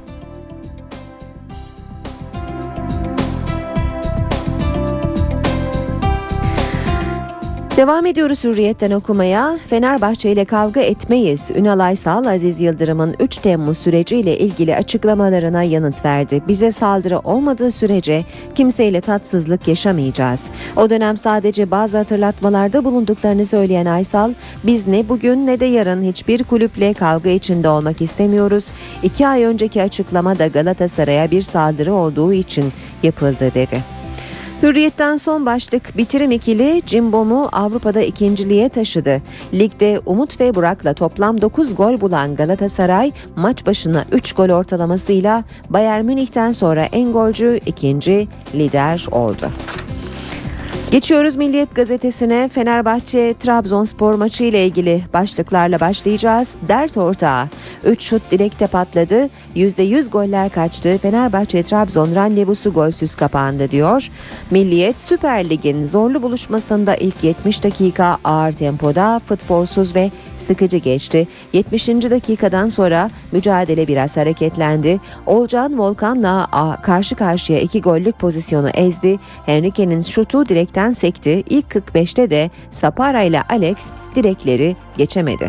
Devam ediyoruz Hürriyet'ten okumaya. Fenerbahçe ile kavga etmeyiz. Ünal Aysal, Aziz Yıldırım'ın üç Temmuz süreciyle ilgili açıklamalarına yanıt verdi. Bize saldırı olmadığı sürece kimseyle tatsızlık yaşamayacağız. O dönem sadece bazı hatırlatmalarda bulunduklarını söyleyen Aysal, biz ne bugün ne de yarın hiçbir kulüple kavga içinde olmak istemiyoruz. İki ay önceki açıklama da Galatasaray'a bir saldırı olduğu için yapıldı dedi. Hürriyet'ten son başlık, bitirim ikili Cimbom'u Avrupa'da ikinciliğe taşıdı. Ligde Umut ve Burak'la toplam dokuz gol bulan Galatasaray maç başına üç gol ortalamasıyla Bayern Münih'ten sonra en golcü ikinci lider oldu. Geçiyoruz Milliyet gazetesine. Fenerbahçe Trabzonspor maçı ile ilgili başlıklarla başlayacağız. Dert ortağı. üç şut direkte patladı. yüzde yüz goller kaçtı. Fenerbahçe Trabzon randevusu golsüz kapandı diyor. Milliyet Süper Lig'in zorlu buluşmasında ilk yetmiş dakika ağır tempoda, futbolsuz ve sıkıcı geçti. yetmişinci dakikadan sonra mücadele biraz hareketlendi. Olcan Volkan'la karşı karşıya iki gollük pozisyonu ezdi. Henrique'nin şutu direkten sekti. İlk kırk beşte de Sapara ile Alex direkleri geçemedi.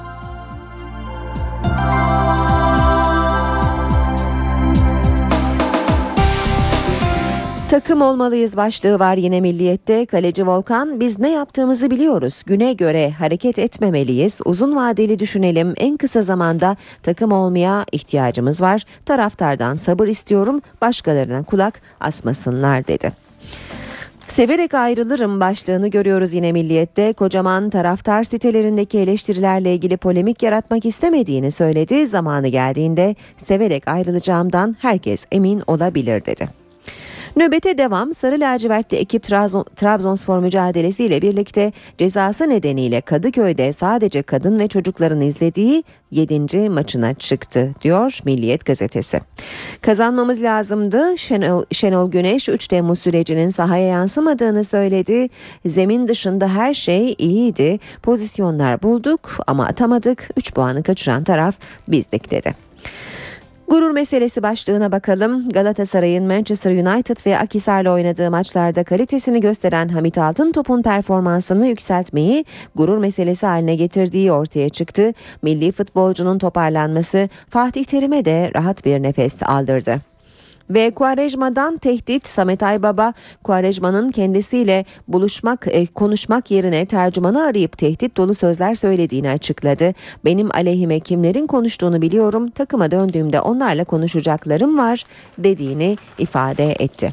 Takım olmalıyız başlığı var yine Milliyet'te. Kaleci Volkan, biz ne yaptığımızı biliyoruz. Güne göre hareket etmemeliyiz. Uzun vadeli düşünelim. En kısa zamanda takım olmaya ihtiyacımız var. Taraftardan sabır istiyorum. Başkalarına kulak asmasınlar dedi. Severek ayrılırım başlığını görüyoruz yine Milliyet'te. Kocaman taraftar sitelerindeki eleştirilerle ilgili polemik yaratmak istemediğini söyledi. Zamanı geldiğinde severek ayrılacağımdan herkes emin olabilir dedi. Nöbete devam. Sarı lacivertli ekip Trabzonspor mücadelesiyle birlikte cezası nedeniyle Kadıköy'de sadece kadın ve çocukların izlediği yedinci maçına çıktı diyor Milliyet gazetesi. Kazanmamız lazımdı. Şenol, Şenol Güneş üç Temmuz sürecinin sahaya yansımadığını söyledi. Zemin dışında her şey iyiydi. Pozisyonlar bulduk ama atamadık. üç puanı kaçıran taraf bizdik dedi. Gurur meselesi başlığına bakalım. Galatasaray'ın Manchester United ve Akhisar'la oynadığı maçlarda kalitesini gösteren Hamit Altıntop'un performansını yükseltmeyi gurur meselesi haline getirdiği ortaya çıktı. Milli futbolcunun toparlanması Fatih Terim'e de rahat bir nefes aldırdı. Ve Quaresma'dan tehdit. Samet Aybaba, Quaresma'nın kendisiyle buluşmak, e, konuşmak yerine tercümanı arayıp tehdit dolu sözler söylediğini açıkladı. Benim aleyhime kimlerin konuştuğunu biliyorum, takıma döndüğümde onlarla konuşacaklarım var dediğini ifade etti.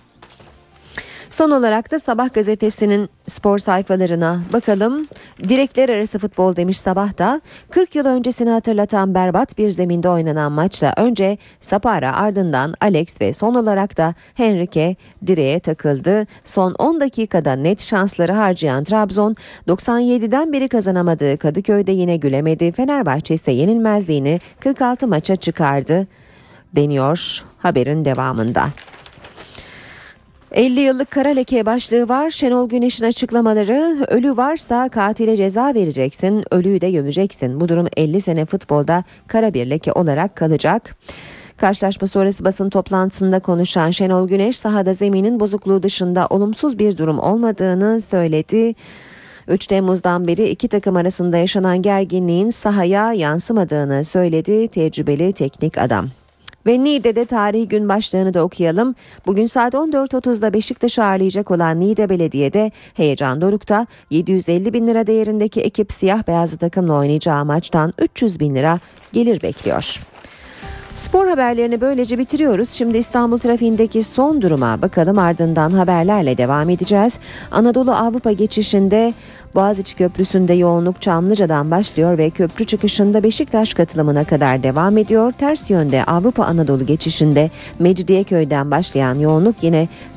Son olarak da Sabah gazetesinin spor sayfalarına bakalım. Direkler arası futbol demiş Sabah da. kırk yıl öncesini hatırlatan berbat bir zeminde oynanan maçta önce Sapara, ardından Alex ve son olarak da Henrique direğe takıldı. Son on dakikada net şansları harcayan Trabzon doksan yediden beri kazanamadığı Kadıköy'de yine gülemedi. Fenerbahçe ise yenilmezliğini kırk altı maça çıkardı deniyor haberin devamında. elli yıllık kara leke başlığı var. Şenol Güneş'in açıklamaları, ölü varsa katile ceza vereceksin, ölüyü de gömeceksin. Bu durum elli sene futbolda kara bir leke olarak kalacak. Karşılaşma sonrası basın toplantısında konuşan Şenol Güneş, sahada zeminin bozukluğu dışında olumsuz bir durum olmadığını söyledi. üç Temmuz'dan beri iki takım arasında yaşanan gerginliğin sahaya yansımadığını söyledi tecrübeli teknik adam. Ve Niğde'de tarihi gün başlığını da okuyalım. Bugün saat on dört otuzda Beşiktaş'ı ağırlayacak olan Niğde Belediye'de heyecan dorukta. yedi yüz elli bin lira değerindeki ekip siyah beyazlı takımla oynayacağı maçtan üç yüz bin lira gelir bekliyor. Spor haberlerini böylece bitiriyoruz. Şimdi İstanbul trafiğindeki son duruma bakalım, ardından haberlerle devam edeceğiz. Anadolu Avrupa geçişinde Boğaziçi Köprüsü'nde yoğunluk Çamlıca'dan başlıyor ve köprü çıkışında Beşiktaş katılımına kadar devam ediyor. Ters yönde Avrupa Anadolu geçişinde Mecidiyeköy'den başlayan yoğunluk yine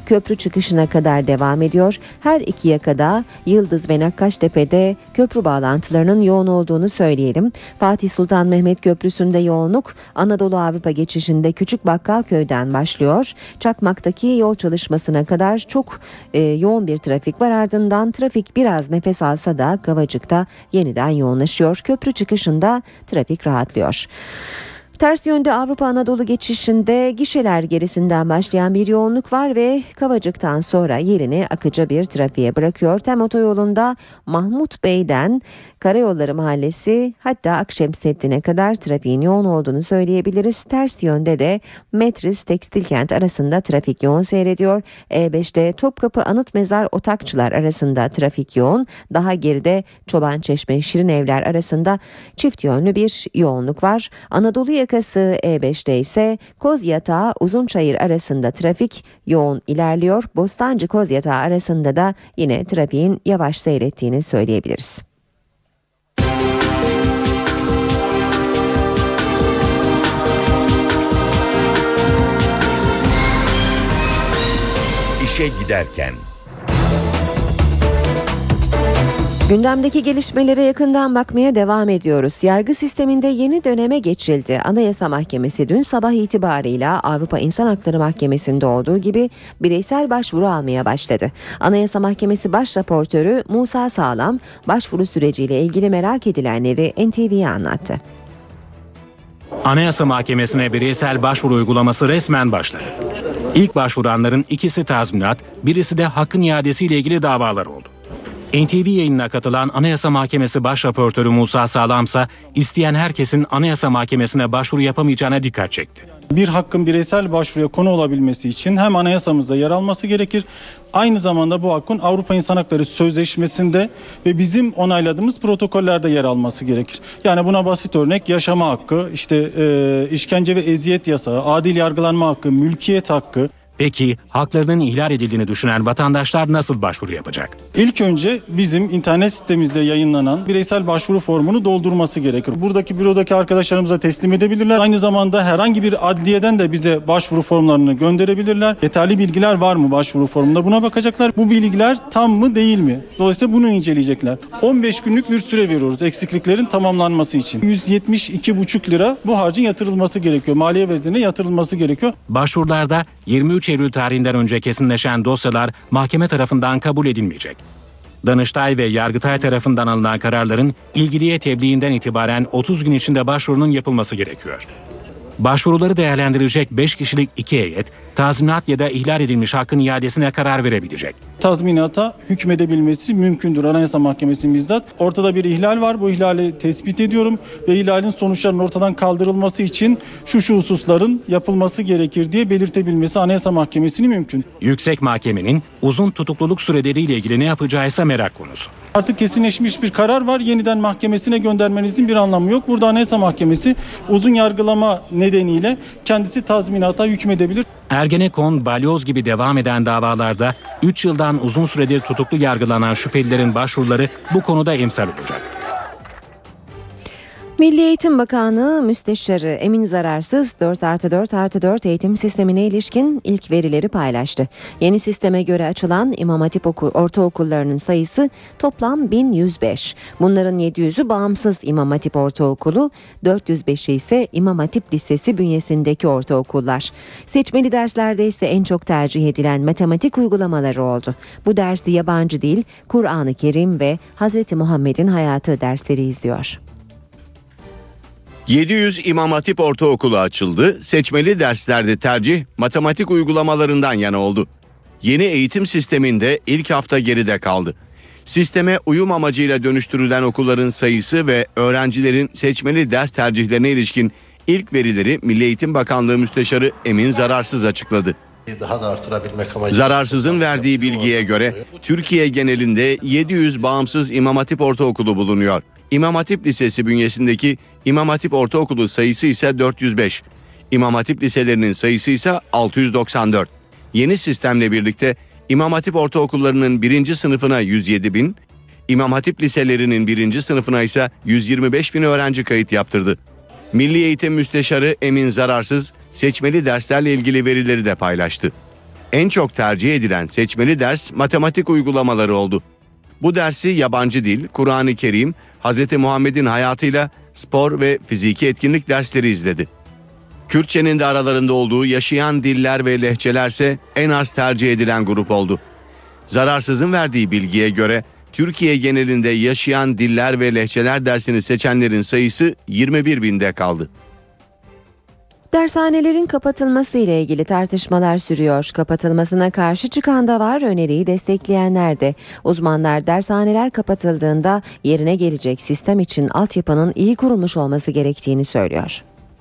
köprü çıkışına kadar devam ediyor. Her iki yakada Yıldız ve Nakkaştepe'de köprü bağlantılarının yoğun olduğunu söyleyelim. Fatih Sultan Mehmet Köprüsü'nde yoğunluk Anadolu Avrupa geçişinde Küçük Bakkalköy'den başlıyor. Çakmak'taki yol çalışmasına kadar çok e, yoğun bir trafik var. Ardından trafik biraz nefes alsa da Kavacık'ta yeniden yoğunlaşıyor. Köprü çıkışında trafik rahatlıyor. Ters yönde Avrupa Anadolu geçişinde gişeler gerisinden başlayan bir yoğunluk var ve Kavacık'tan sonra yerini akıcı bir trafiğe bırakıyor. Tem otoyolunda Mahmut Bey'den Karayolları Mahallesi hatta Akşemseddin'e kadar trafiğin yoğun olduğunu söyleyebiliriz. Ters yönde de Metris Tekstilkent arasında trafik yoğun seyrediyor. E beşte Topkapı Anıtmezar Otakçılar arasında trafik yoğun. Daha geride Çobançeşme Şirinevler arasında çift yönlü bir yoğunluk var. Anadolu yakası E beşte ise Kozyatağı Uzunçayır arasında trafik yoğun ilerliyor. Bostancı Kozyatağı arasında da yine trafiğin yavaş seyrettiğini söyleyebiliriz. İşe giderken. Gündemdeki gelişmelere yakından bakmaya devam ediyoruz. Yargı sisteminde yeni döneme geçildi. Anayasa Mahkemesi dün sabah itibarıyla Avrupa İnsan Hakları Mahkemesi'nde olduğu gibi bireysel başvuru almaya başladı. Anayasa Mahkemesi Baş Raportörü Musa Sağlam, başvuru süreciyle ilgili merak edilenleri N T V'ye anlattı. Anayasa Mahkemesi'ne bireysel başvuru uygulaması resmen başladı. İlk başvuranların ikisi tazminat, birisi de hakkın iadesiyle ilgili davalar oldu. N T V yayınına katılan Anayasa Mahkemesi Baş Raportörü Musa Sağlamsa isteyen herkesin Anayasa Mahkemesi'ne başvuru yapamayacağına dikkat çekti. Bir hakkın bireysel başvuruya konu olabilmesi için hem anayasamızda yer alması gerekir, aynı zamanda bu hakkın Avrupa İnsan Hakları Sözleşmesi'nde ve bizim onayladığımız protokollerde yer alması gerekir. Yani buna basit örnek yaşama hakkı, işte e, işkence ve eziyet yasağı, adil yargılanma hakkı, mülkiyet hakkı. Peki haklarının ihlal edildiğini düşünen vatandaşlar nasıl başvuru yapacak? İlk önce bizim internet sitemizde yayınlanan bireysel başvuru formunu doldurması gerekir. Buradaki bürodaki arkadaşlarımıza teslim edebilirler. Aynı zamanda herhangi bir adliyeden de bize başvuru formlarını gönderebilirler. Yeterli bilgiler var mı başvuru formunda? Buna bakacaklar. Bu bilgiler tam mı değil mi? Dolayısıyla bunu inceleyecekler. on beş günlük bir süre veriyoruz eksikliklerin tamamlanması için. yüz yetmiş iki buçuk lira bu harcın yatırılması gerekiyor. Maliye veznine yatırılması gerekiyor. Başvurularda yirmi üç Eylül tarihinden önce kesinleşen dosyalar mahkeme tarafından kabul edilmeyecek. Danıştay ve Yargıtay tarafından alınan kararların ilgiliye tebliğinden itibaren otuz gün içinde başvurunun yapılması gerekiyor. Başvuruları değerlendirecek beş kişilik iki heyet, tazminat ya da ihlal edilmiş hakkın iadesine karar verebilecek. Tazminata hükmedebilmesi mümkündür. Anayasa Mahkemesi'nin bizzat. Ortada bir ihlal var. Bu ihlali tespit ediyorum ve ihlalin sonuçlarının ortadan kaldırılması için şu şu hususların yapılması gerekir diye belirtebilmesi Anayasa Mahkemesi'nin mümkün. Yüksek Mahkemenin uzun tutukluluk süreleriyle ilgili ne yapacağı ise merak konusu. Artık kesinleşmiş bir karar var. Yeniden mahkemesine göndermenizin bir anlamı yok. Burada Anayasa Mahkemesi uzun yargılama nedeniyle kendisi tazminata hükmedebilir. Ergenekon, Balyoz gibi devam eden davalarda üç yıldan uzun süredir tutuklu yargılanan şüphelilerin başvuruları bu konuda emsal olacak. Milli Eğitim Bakanlığı Müsteşarı Emin Zararsız dört artı dört artı dört eğitim sistemine ilişkin ilk verileri paylaştı. Yeni sisteme göre açılan İmam Hatip oku, ortaokullarının sayısı toplam bin yüz beş. Bunların yedi yüzü bağımsız İmam Hatip Ortaokulu, dört yüz beşi ise İmam Hatip Lisesi bünyesindeki ortaokullar. Seçmeli derslerde ise en çok tercih edilen matematik uygulamaları oldu. Bu dersi yabancı dil, Kur'an-ı Kerim ve Hazreti Muhammed'in hayatı dersleri izliyor. yedi yüz İmam Hatip Ortaokulu açıldı. Seçmeli derslerde tercih matematik uygulamalarından yana oldu. Yeni eğitim sisteminde ilk hafta geride kaldı. Sisteme uyum amacıyla dönüştürülen okulların sayısı ve öğrencilerin seçmeli ders tercihlerine ilişkin ilk verileri Milli Eğitim Bakanlığı Müsteşarı Emin Zararsız açıkladı. Daha da artırabilmek amacıyla. Zararsız'ın verdiği bilgiye göre Türkiye genelinde yedi yüz bağımsız İmam Hatip Ortaokulu bulunuyor. İmam Hatip Lisesi bünyesindeki İmam Hatip Ortaokulu sayısı ise dört yüz beş. İmam Hatip liselerinin sayısı ise altı yüz doksan dört. Yeni sistemle birlikte İmam Hatip Ortaokullarının birinci sınıfına yüz yedi bin, İmam Hatip liselerinin birinci sınıfına ise yüz yirmi beş bin öğrenci kayıt yaptırdı. Milli Eğitim Müsteşarı Emin Zararsız seçmeli derslerle ilgili verileri de paylaştı. En çok tercih edilen seçmeli ders matematik uygulamaları oldu. Bu dersi yabancı dil, Kur'an-ı Kerim, Hazreti Muhammed'in hayatıyla spor ve fiziki etkinlik dersleri izledi. Kürtçenin de aralarında olduğu yaşayan diller ve lehçelerse en az tercih edilen grup oldu. Zararsız'ın verdiği bilgiye göre Türkiye genelinde yaşayan diller ve lehçeler dersini seçenlerin sayısı yirmi bir binde kaldı. Dershanelerin kapatılması ile ilgili tartışmalar sürüyor. Kapatılmasına karşı çıkan da var, öneriyi destekleyenler de. Uzmanlar dershaneler kapatıldığında yerine gelecek sistem için altyapının iyi kurulmuş olması gerektiğini söylüyor.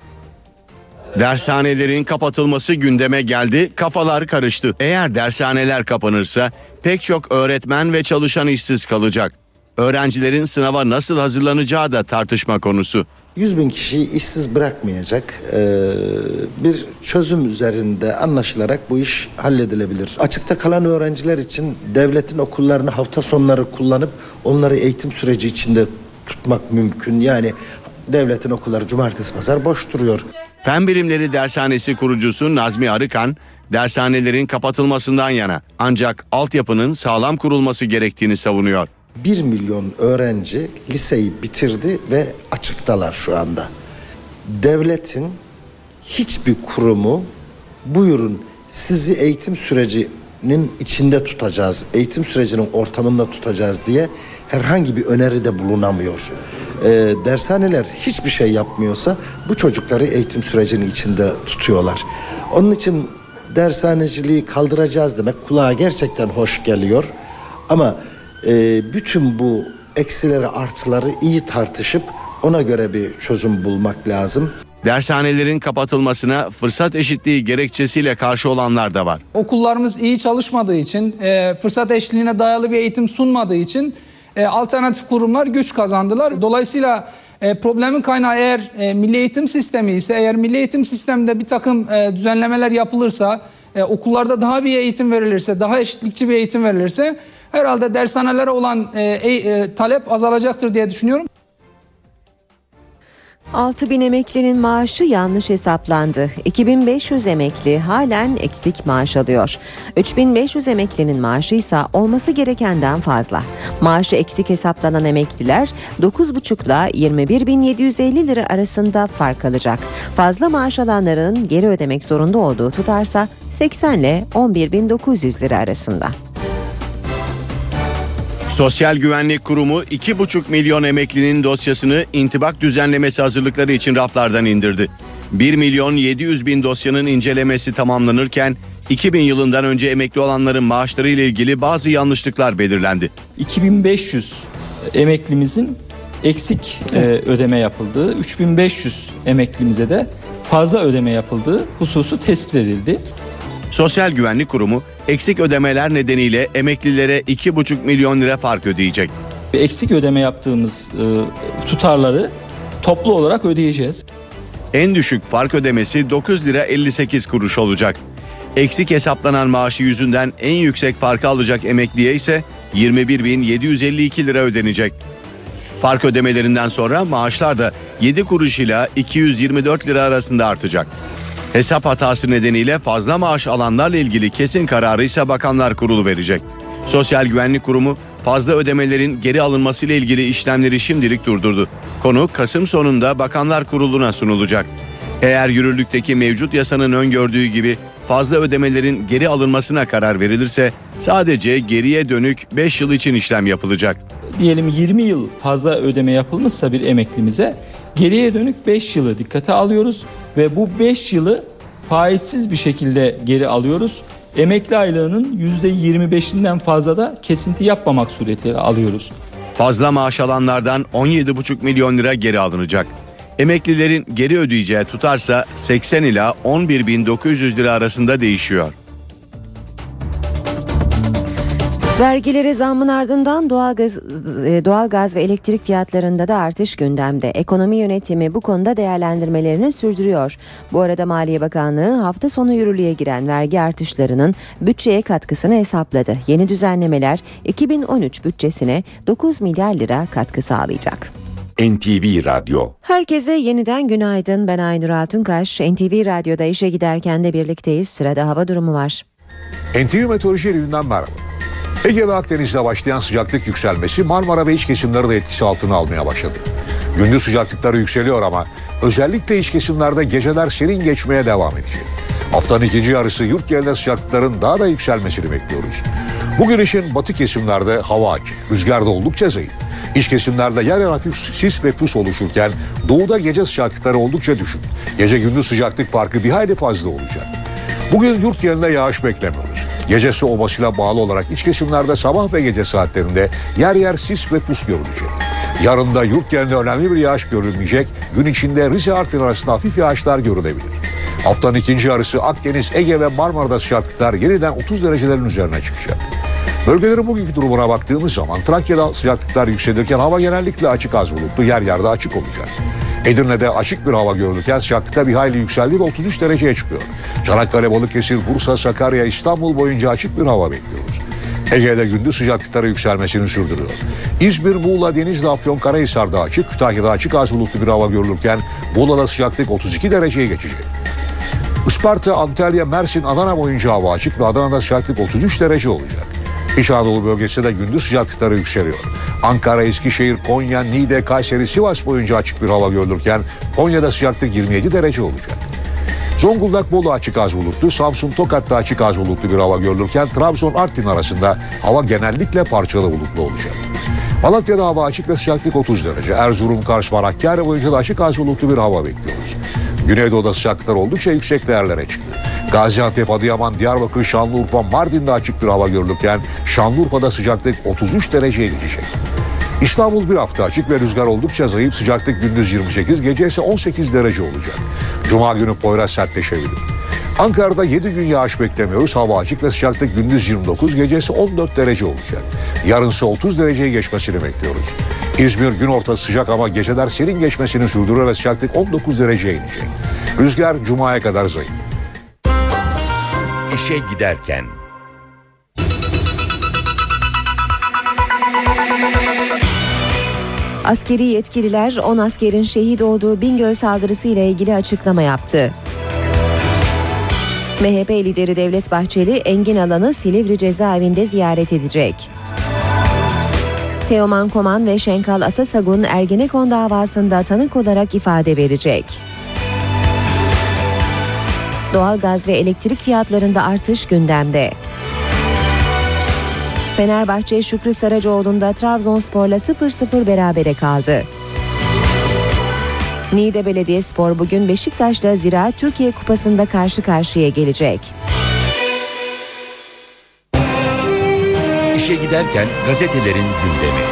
Dershanelerin kapatılması gündeme geldi, kafalar karıştı. Eğer dershaneler kapanırsa pek çok öğretmen ve çalışan işsiz kalacak. Öğrencilerin sınava nasıl hazırlanacağı da tartışma konusu. yüz bin kişiyi işsiz bırakmayacak ee, bir çözüm üzerinde anlaşılarak bu iş halledilebilir. Açıkta kalan öğrenciler için devletin okullarını hafta sonları kullanıp onları eğitim süreci içinde tutmak mümkün. Yani devletin okulları cumartesi pazar boş duruyor. Fen Bilimleri Dershanesi kurucusu Nazmi Arıkan, dershanelerin kapatılmasından yana, ancak altyapının sağlam kurulması gerektiğini savunuyor. Bir milyon öğrenci liseyi bitirdi ve açıktalar şu anda. Devletin hiçbir kurumu buyurun sizi eğitim sürecinin içinde tutacağız, eğitim sürecinin ortamında tutacağız diye herhangi bir öneride bulunamıyor. Ee, dershaneler hiçbir şey yapmıyorsa bu çocukları eğitim sürecinin içinde tutuyorlar. Onun için dershaneciliği kaldıracağız demek kulağa gerçekten hoş geliyor. Ama e, bütün bu eksileri artıları iyi tartışıp ona göre bir çözüm bulmak lazım. Dershanelerin kapatılmasına fırsat eşitliği gerekçesiyle karşı olanlar da var. Okullarımız iyi çalışmadığı için, e, fırsat eşitliğine dayalı bir eğitim sunmadığı için e, alternatif kurumlar güç kazandılar. Dolayısıyla e, problemin kaynağı eğer e, milli eğitim sistemi ise, eğer milli eğitim sisteminde bir takım e, düzenlemeler yapılırsa, e, okullarda daha bir eğitim verilirse, daha eşitlikçi bir eğitim verilirse herhalde dershanelere olan e, e, talep azalacaktır diye düşünüyorum. altı bin emeklinin maaşı yanlış hesaplandı. iki bin beş yüz emekli halen eksik maaş alıyor. üç bin beş yüz emeklinin maaşı ise olması gerekenden fazla. Maaşı eksik hesaplanan emekliler dokuz buçuk ile yirmi bir bin yedi yüz elli lira arasında fark alacak. Fazla maaş alanların geri ödemek zorunda olduğu tutarsa seksen ile on bir bin dokuz yüz lira arasında. Sosyal Güvenlik Kurumu iki buçuk milyon emeklinin dosyasını intibak düzenlemesi hazırlıkları için raflardan indirdi. bir milyon yedi yüz bin dosyanın incelemesi tamamlanırken iki bin yılından önce emekli olanların maaşları ile ilgili bazı yanlışlıklar belirlendi. iki bin beş yüz emeklimizin eksik e, ödeme yapıldığı, üç bin beş yüz emeklimize de fazla ödeme yapıldığı hususu tespit edildi. Sosyal Güvenlik Kurumu eksik ödemeler nedeniyle emeklilere iki buçuk milyon lira fark ödeyecek. Eksik ödeme yaptığımız e, tutarları toplu olarak ödeyeceğiz. En düşük fark ödemesi dokuz lira elli sekiz kuruş olacak. Eksik hesaplanan maaşı yüzünden en yüksek farkı alacak emekliye ise yirmi bir bin yedi yüz elli iki lira ödenecek. Fark ödemelerinden sonra maaşlar da yedi kuruş ile iki yüz yirmi dört lira arasında artacak. Hesap hatası nedeniyle fazla maaş alanlarla ilgili kesin kararı ise Bakanlar Kurulu verecek. Sosyal Güvenlik Kurumu fazla ödemelerin geri alınması ile ilgili işlemleri şimdilik durdurdu. Konu Kasım sonunda Bakanlar Kurulu'na sunulacak. Eğer yürürlükteki mevcut yasanın öngördüğü gibi fazla ödemelerin geri alınmasına karar verilirse sadece geriye dönük beş yıl için işlem yapılacak. Diyelim yirmi yıl fazla ödeme yapılmışsa bir emeklimize, geriye dönük beş yılı dikkate alıyoruz ve bu beş yılı faizsiz bir şekilde geri alıyoruz. Emekli aylığının yüzde yirmi beşinden fazla da kesinti yapmamak suretiyle alıyoruz. Fazla maaş alanlardan on yedi buçuk milyon lira geri alınacak. Emeklilerin geri ödeyeceği tutarsa seksen ila on bir bin dokuz yüz lira arasında değişiyor. Vergilere zammın ardından doğalgaz, doğalgaz ve elektrik fiyatlarında da artış gündemde. Ekonomi yönetimi bu konuda değerlendirmelerini sürdürüyor. Bu arada Maliye Bakanlığı hafta sonu yürürlüğe giren vergi artışlarının bütçeye katkısını hesapladı. Yeni düzenlemeler iki bin on üç bütçesine dokuz milyar lira katkı sağlayacak. N T V Radyo. Herkese yeniden günaydın. Ben Aynur Altunkaş. N T V Radyo'da işe giderken de birlikteyiz. Sırada hava durumu var. N T V Meteoroloji evinden merhaba. Ege ve Akdeniz'de başlayan sıcaklık yükselmesi Marmara ve iç kesimleri de etkisi altına almaya başladı. Gündüz sıcaklıkları yükseliyor ama özellikle iç kesimlerde geceler serin geçmeye devam edecek. Haftanın ikinci yarısı yurt genelinde sıcaklıkların daha da yükselmesini bekliyoruz. Bugün için batı kesimlerde hava açık, rüzgar da oldukça zayıf. İç kesimlerde yer yer hafif sis ve pus oluşurken doğuda gece sıcaklıkları oldukça düşük. Gece gündüz sıcaklık farkı bir hayli fazla olacak. Bugün yurt genelinde yağış beklemiyoruz. Gecesi olmasıyla bağlı olarak iç kesimlerde sabah ve gece saatlerinde yer yer sis ve pus görülecek. Yarın da yurt genelinde önemli bir yağış görülmeyecek. Gün içinde Rize Artvin arasında hafif yağışlar görülebilir. Haftanın ikinci yarısı Akdeniz, Ege ve Marmara'da sıcaklıklar yeniden otuz derecelerin üzerine çıkacak. Bölgelerin bugünkü durumuna baktığımız zaman Trakya'da sıcaklıklar yükselirken hava genellikle açık az bulutlu, yer yerde açık olacak. Edirne'de açık bir hava görülürken sıcaklıkta bir hayli yükseldi ve otuz üç dereceye çıkıyor. Çanakkale, Balıkesir, Bursa, Sakarya, İstanbul boyunca açık bir hava bekliyoruz. Ege'de gündüz sıcaklıkları yükselmesini sürdürüyor. İzmir, Muğla, Denizli, Afyonkarahisar'da açık, Kütahya'da açık az bulutlu bir hava görülürken Muğla'da sıcaklık otuz iki dereceye geçecek. Isparta, Antalya, Mersin, Adana boyunca hava açık ve Adana'da sıcaklık otuz üç derece olacak. İç Anadolu bölgesinde gündüz sıcaklıkları yükseliyor. Ankara, Eskişehir, Konya, Niğde, Kayseri, Sivas boyunca açık bir hava görülürken Konya'da sıcaklık yirmi yedi derece olacak. Zonguldak, Bolu açık az bulutlu, Samsun, Tokat'ta açık az bulutlu bir hava görülürken Trabzon, Artvin arasında hava genellikle parçalı bulutlu olacak. Malatya'da hava açık ve sıcaklık otuz derece. Erzurum, Kars, Hakkari boyunca da açık az bulutlu bir hava bekliyoruz. Güneydoğu'da sıcaklıklar oldukça yüksek değerlere çıktı. Gaziantep, Adıyaman, Diyarbakır, Şanlıurfa, Mardin'de açık bir hava görülürken Şanlıurfa'da sıcaklık otuz üç dereceye geçecek. İstanbul bir hafta açık ve rüzgar oldukça zayıf, sıcaklık gündüz yirmi sekiz, gece ise on sekiz derece olacak. Cuma günü Poyraz sertleşebilir. Ankara'da yedi gün yağış beklemiyoruz, hava açık ve sıcaklık gündüz yirmi dokuz, gecesi on dört derece olacak. Yarınsa otuz dereceye geçmesini bekliyoruz. İzmir gün ortası sıcak ama geceler serin geçmesini sürdürüyor ve sıcaklık on dokuz dereceye inecek. Rüzgar Cuma'ya kadar zayıf. İşe giderken. Askeri yetkililer on askerin şehit olduğu Bingöl saldırısı ile ilgili açıklama yaptı. M H P lideri Devlet Bahçeli, Engin Alan'ı Silivri cezaevinde ziyaret edecek. Teoman Koman ve Şenkal Atasagun Ergenekon davasında tanık olarak ifade verecek. Doğalgaz ve elektrik fiyatlarında artış gündemde. Fenerbahçe Şükrü Saracoğlu'nda Trabzonspor'la sıfır sıfır berabere kaldı. Niğde Belediyespor bugün Beşiktaş'la Ziraat Türkiye Kupası'nda karşı karşıya gelecek. İşe giderken gazetelerin gündemi.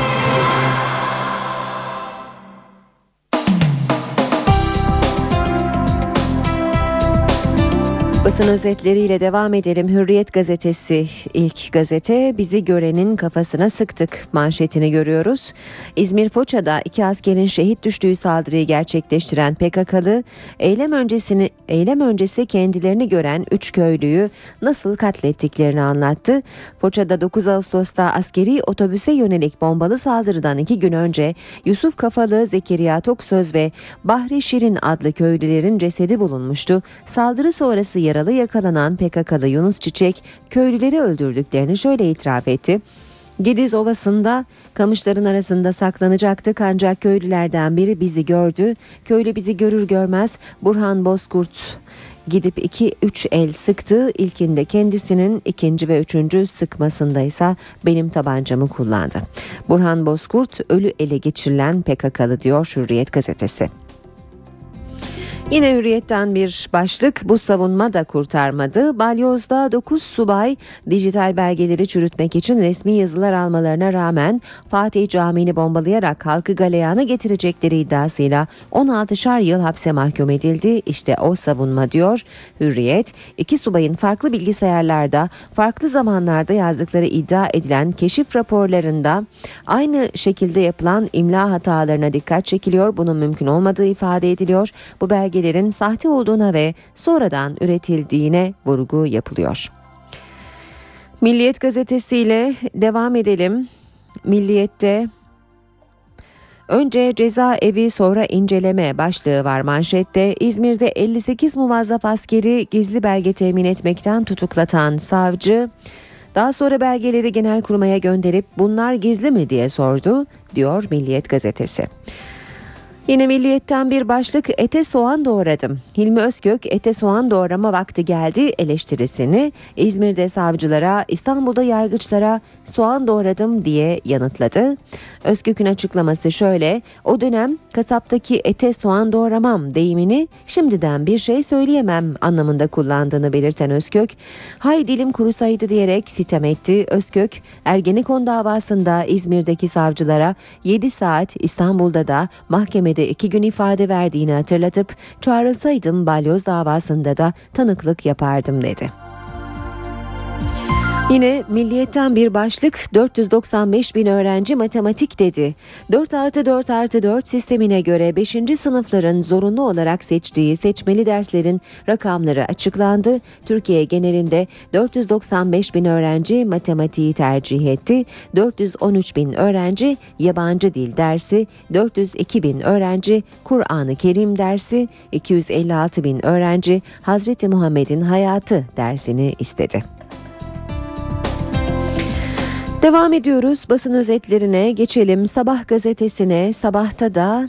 Basın özetleriyle devam edelim. Hürriyet gazetesi ilk gazete. Bizi görenin kafasına sıktık manşetini görüyoruz. İzmir Foça'da iki askerin şehit düştüğü saldırıyı gerçekleştiren P K K'lı eylem öncesini eylem öncesi kendilerini gören üç köylüyü nasıl katlettiklerini anlattı. Foça'da dokuz Ağustos'ta askeri otobüse yönelik bombalı saldırıdan iki gün önce Yusuf Kafalı, Zekeriya Toksöz ve Bahri Şirin adlı köylülerin cesedi bulunmuştu. Saldırı sonrası yaralı yakalanan P K K'lı Yunus Çiçek köylüleri öldürdüklerini şöyle itiraf etti. Gediz Ovası'nda kamışların arasında saklanacaktık ancak köylülerden biri bizi gördü. Köylü bizi görür görmez Burhan Bozkurt gidip iki üç el sıktı. İlkinde kendisinin, ikinci ve üçüncü sıkmasında ise benim tabancamı kullandı. Burhan Bozkurt ölü ele geçirilen P K K'lı diyor Hürriyet gazetesi. Yine Hürriyet'ten bir başlık, bu savunma da kurtarmadı. Balyoz'da dokuz subay dijital belgeleri çürütmek için resmi yazılar almalarına rağmen Fatih Camii'ni bombalayarak halkı galeyana getirecekleri iddiasıyla on altışar yıl hapse mahkum edildi. İşte o savunma diyor Hürriyet. İki subayın farklı bilgisayarlarda farklı zamanlarda yazdıkları iddia edilen keşif raporlarında aynı şekilde yapılan imla hatalarına dikkat çekiliyor. Bunun mümkün olmadığı ifade ediliyor. Bu belge sahte olduğuna ve sonradan üretildiğine vurgu yapılıyor. Milliyet gazetesiyle devam edelim. Milliyet'te Önce cezaevi sonra inceleme başlığı var manşette. İzmir'de elli sekiz muvazzaf askeri gizli belge temin etmekten tutuklatan savcı daha sonra belgeleri Genelkurmay'a gönderip bunlar gizli mi diye sordu, diyor Milliyet gazetesi. Yine Milliyet'ten bir başlık, ete soğan doğradım. Hilmi Özkök ete soğan doğrama vakti geldi eleştirisini İzmir'de savcılara, İstanbul'da yargıçlara soğan doğradım diye yanıtladı. Özkök'ün açıklaması şöyle: o dönem kasaptaki ete soğan doğramam deyimini şimdiden bir şey söyleyemem anlamında kullandığını belirten Özkök, hay dilim kurusaydı diyerek sitem etti. Özkök, Ergenekon davasında İzmir'deki savcılara yedi saat, İstanbul'da da mahkemede iki gün ifade verdiğini hatırlatıp çağrılsaydım balyoz davasında da tanıklık yapardım dedi. Yine Milliyet'ten bir başlık, dört yüz doksan beş bin öğrenci matematik dedi. dört artı dört artı dört sistemine göre beşinci sınıfların zorunlu olarak seçtiği seçmeli derslerin rakamları açıklandı. Türkiye genelinde dört yüz doksan beş bin öğrenci matematiği tercih etti. dört yüz on üç bin öğrenci yabancı dil dersi, dört yüz iki bin öğrenci Kur'an-ı Kerim dersi, iki yüz elli altı bin öğrenci Hazreti Muhammed'in hayatı dersini istedi. Devam ediyoruz basın özetlerine, geçelim Sabah gazetesine. Sabahta da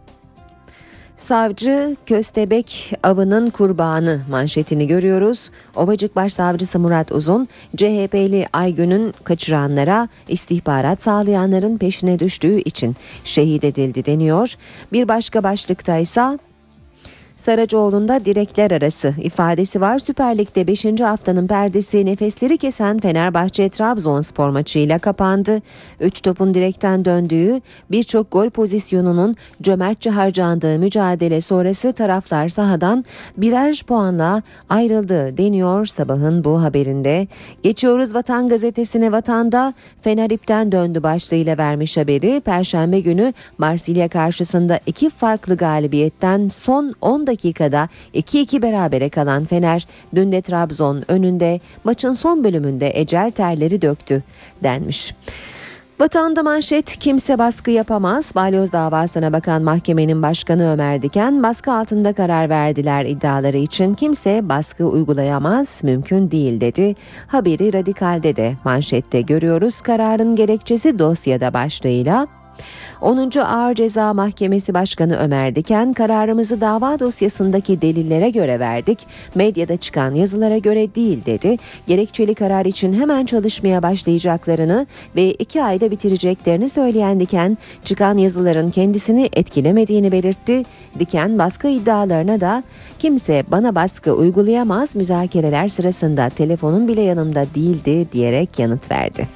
savcı köstebek avının kurbanı manşetini görüyoruz. Ovacık Başsavcısı Murat Uzun, C H P'li Aygün'ün kaçıranlara istihbarat sağlayanların peşine düştüğü için şehit edildi deniyor. Bir başka başlıkta ise Saracoğlu'nda direkler arası ifadesi var. Süper Lig'de beşinci haftanın perdesi nefesleri kesen Fenerbahçe Trabzonspor maçıyla kapandı. üç topun direkten döndüğü, birçok gol pozisyonunun cömertçe harcandığı mücadele sonrası taraflar sahadan birer puanla ayrıldı deniyor Sabah'ın bu haberinde. Geçiyoruz Vatan gazetesine. Vatan'da Fener ipten döndü başlığıyla vermiş haberi. Perşembe günü Marsilya karşısında iki farklı galibiyetten son on dakikada iki iki berabere kalan Fener dün de Trabzon önünde maçın son bölümünde ecel terleri döktü denmiş. Vatan'da manşet, kimse baskı yapamaz. Balyoz davasına bakan mahkemenin başkanı Ömer Diken, baskı altında karar verdiler iddiaları için kimse baskı uygulayamaz, mümkün değil dedi. Haberi Radikal'de de manşette görüyoruz. Kararın gerekçesi dosyada başlığıyla. onuncu Ağır Ceza Mahkemesi Başkanı Ömer Diken, kararımızı dava dosyasındaki delillere göre verdik, medyada çıkan yazılara göre değil dedi. Gerekçeli karar için hemen çalışmaya başlayacaklarını ve iki ayda bitireceklerini söyleyen Diken, çıkan yazıların kendisini etkilemediğini belirtti. Diken, baskı iddialarına da kimse bana baskı uygulayamaz, müzakereler sırasında telefonum bile yanımda değildi diyerek yanıt verdi.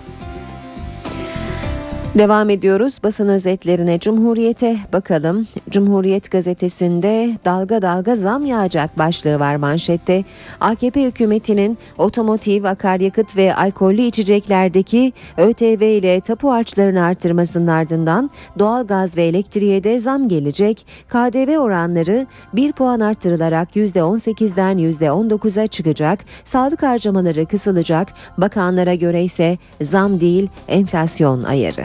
Devam ediyoruz basın özetlerine. Cumhuriyet'e bakalım. Cumhuriyet gazetesinde dalga dalga zam yağacak başlığı var manşette. A K P hükümetinin otomotiv, akaryakıt ve alkollü içeceklerdeki ÖTV ile tapu harçlarını artırmasının ardından doğalgaz ve elektriğe de zam gelecek. K D V oranları bir puan artırılarak yüzde on sekizden yüzde on dokuza çıkacak. Sağlık harcamaları kısılacak. Bakanlara göre ise zam değil, enflasyon ayarı.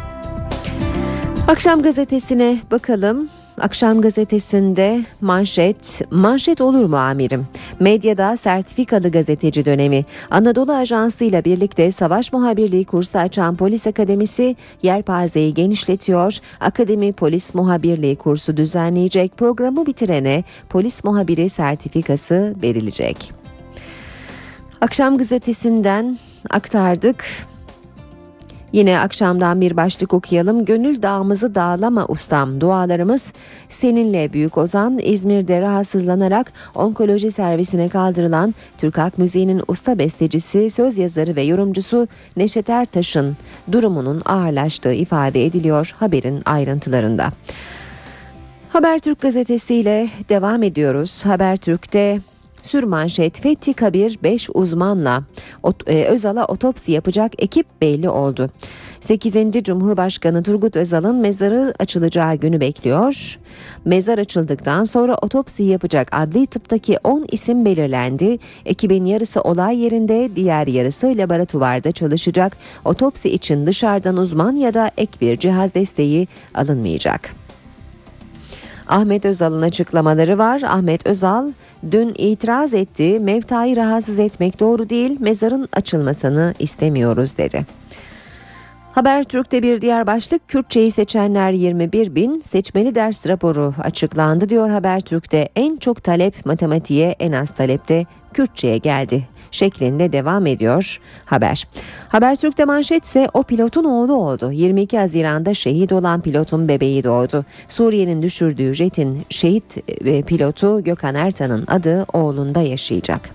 Akşam gazetesine bakalım. Akşam gazetesinde manşet, manşet olur mu amirim? Medyada sertifikalı gazeteci dönemi. Anadolu Ajansı ile birlikte savaş muhabirliği kursu açan Polis Akademisi yelpazeyi genişletiyor. Akademi Polis Muhabirliği kursu düzenleyecek. Programı bitirene polis muhabiri sertifikası verilecek. Akşam gazetesinden aktardık. Yine akşamdan bir başlık okuyalım. Gönül dağımızı dağlama ustam. Dualarımız seninle Büyük Ozan. İzmir'de rahatsızlanarak onkoloji servisine kaldırılan Türk halk müziğinin usta bestecisi, söz yazarı ve yorumcusu Neşet Ertaş'ın durumunun ağırlaştığı ifade ediliyor haberin ayrıntılarında. Habertürk gazetesiyle devam ediyoruz. Habertürk'te sürmanşet, Fethi Kabir beş uzmanla ot, e, Özal'a otopsi yapacak ekip belli oldu. sekizinci Cumhurbaşkanı Turgut Özal'ın mezarı açılacağı günü bekliyor. Mezar açıldıktan sonra otopsi yapacak adli tıptaki on isim belirlendi. Ekibin yarısı olay yerinde, diğer yarısı laboratuvarda çalışacak. Otopsi için dışarıdan uzman ya da ek bir cihaz desteği alınmayacak. Ahmet Özal'ın açıklamaları var. Ahmet Özal dün itiraz etti. Mevtayı rahatsız etmek doğru değil. Mezarın açılmasını istemiyoruz dedi. Habertürk'te bir diğer başlık, Kürtçeyi seçenler yirmi bir bin, seçmeli ders raporu açıklandı diyor Habertürk'te. En çok talep matematiğe, en az talep de Kürtçe'ye geldi şeklinde devam ediyor haber. Habertürk'te manşetse o pilotun oğlu oldu. yirmi iki Haziran'da şehit olan pilotun bebeği doğdu. Suriye'nin düşürdüğü jetin şehit pilotu Gökhan Ertan'ın adı oğlunda yaşayacak.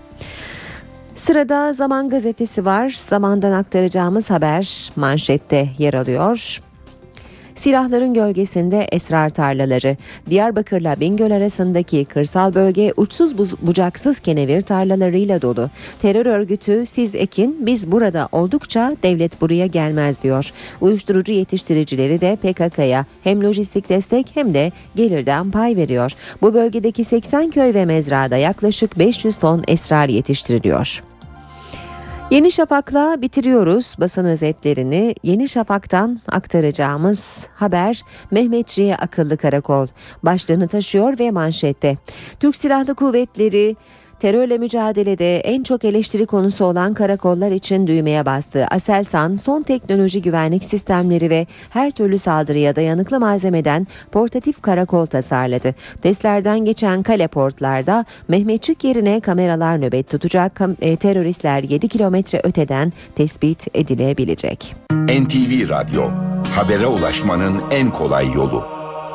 Sırada Zaman gazetesi var. Zaman'dan aktaracağımız haber manşette yer alıyor. Silahların gölgesinde esrar tarlaları. Diyarbakır'la Bingöl arasındaki kırsal bölge uçsuz bucaksız kenevir tarlalarıyla dolu. Terör örgütü siz ekin, biz burada oldukça devlet buraya gelmez diyor. Uyuşturucu yetiştiricileri de P K K'ya hem lojistik destek hem de gelirden pay veriyor. Bu bölgedeki seksen köy ve mezrada yaklaşık beş yüz ton esrar yetiştiriliyor. Yeni Şafak'la bitiriyoruz basın özetlerini. Yeni Şafak'tan aktaracağımız haber Mehmetçiğe akıllı karakol başlığını taşıyor ve manşette. Türk Silahlı Kuvvetleri terörle mücadelede en çok eleştiri konusu olan karakollar için düğmeye bastı. Aselsan son teknoloji güvenlik sistemleri ve her türlü saldırıya dayanıklı malzemeden portatif karakol tasarladı. Testlerden geçen kale portlarda Mehmetçik yerine kameralar nöbet tutacak, e, teröristler yedi kilometre öteden tespit edilebilecek. N T V Radyo, habere ulaşmanın en kolay yolu.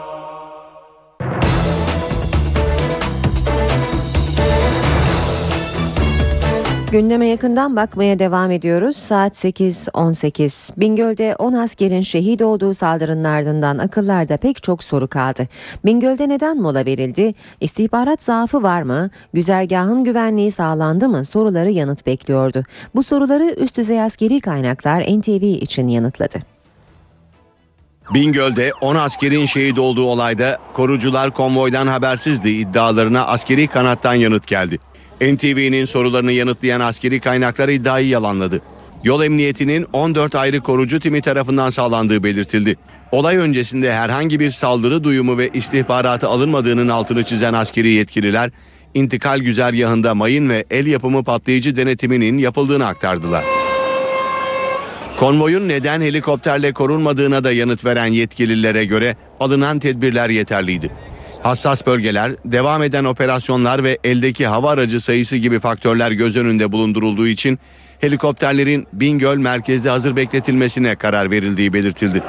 Gündeme yakından bakmaya devam ediyoruz. Saat sekiz on sekiz. Bingöl'de on askerin şehit olduğu saldırının ardından akıllarda pek çok soru kaldı. Bingöl'de neden mola verildi? İstihbarat zaafı var mı? Güzergahın güvenliği sağlandı mı? Soruları yanıt bekliyordu. Bu soruları üst düzey askeri kaynaklar N T V için yanıtladı. Bingöl'de on askerin şehit olduğu olayda korucular konvoydan habersizdi iddialarına askeri kanattan yanıt geldi. N T V'nin sorularını yanıtlayan askeri kaynaklar iddiayı yalanladı. Yol emniyetinin on dört ayrı korucu timi tarafından sağlandığı belirtildi. Olay öncesinde herhangi bir saldırı duyumu ve istihbaratı alınmadığının altını çizen askeri yetkililer, intikal güzergahında mayın ve el yapımı patlayıcı denetiminin yapıldığını aktardılar. Konvoyun neden helikopterle korunmadığına da yanıt veren yetkililere göre alınan tedbirler yeterliydi. Hassas bölgeler, devam eden operasyonlar ve eldeki hava aracı sayısı gibi faktörler göz önünde bulundurulduğu için helikopterlerin Bingöl merkezde hazır bekletilmesine karar verildiği belirtildi.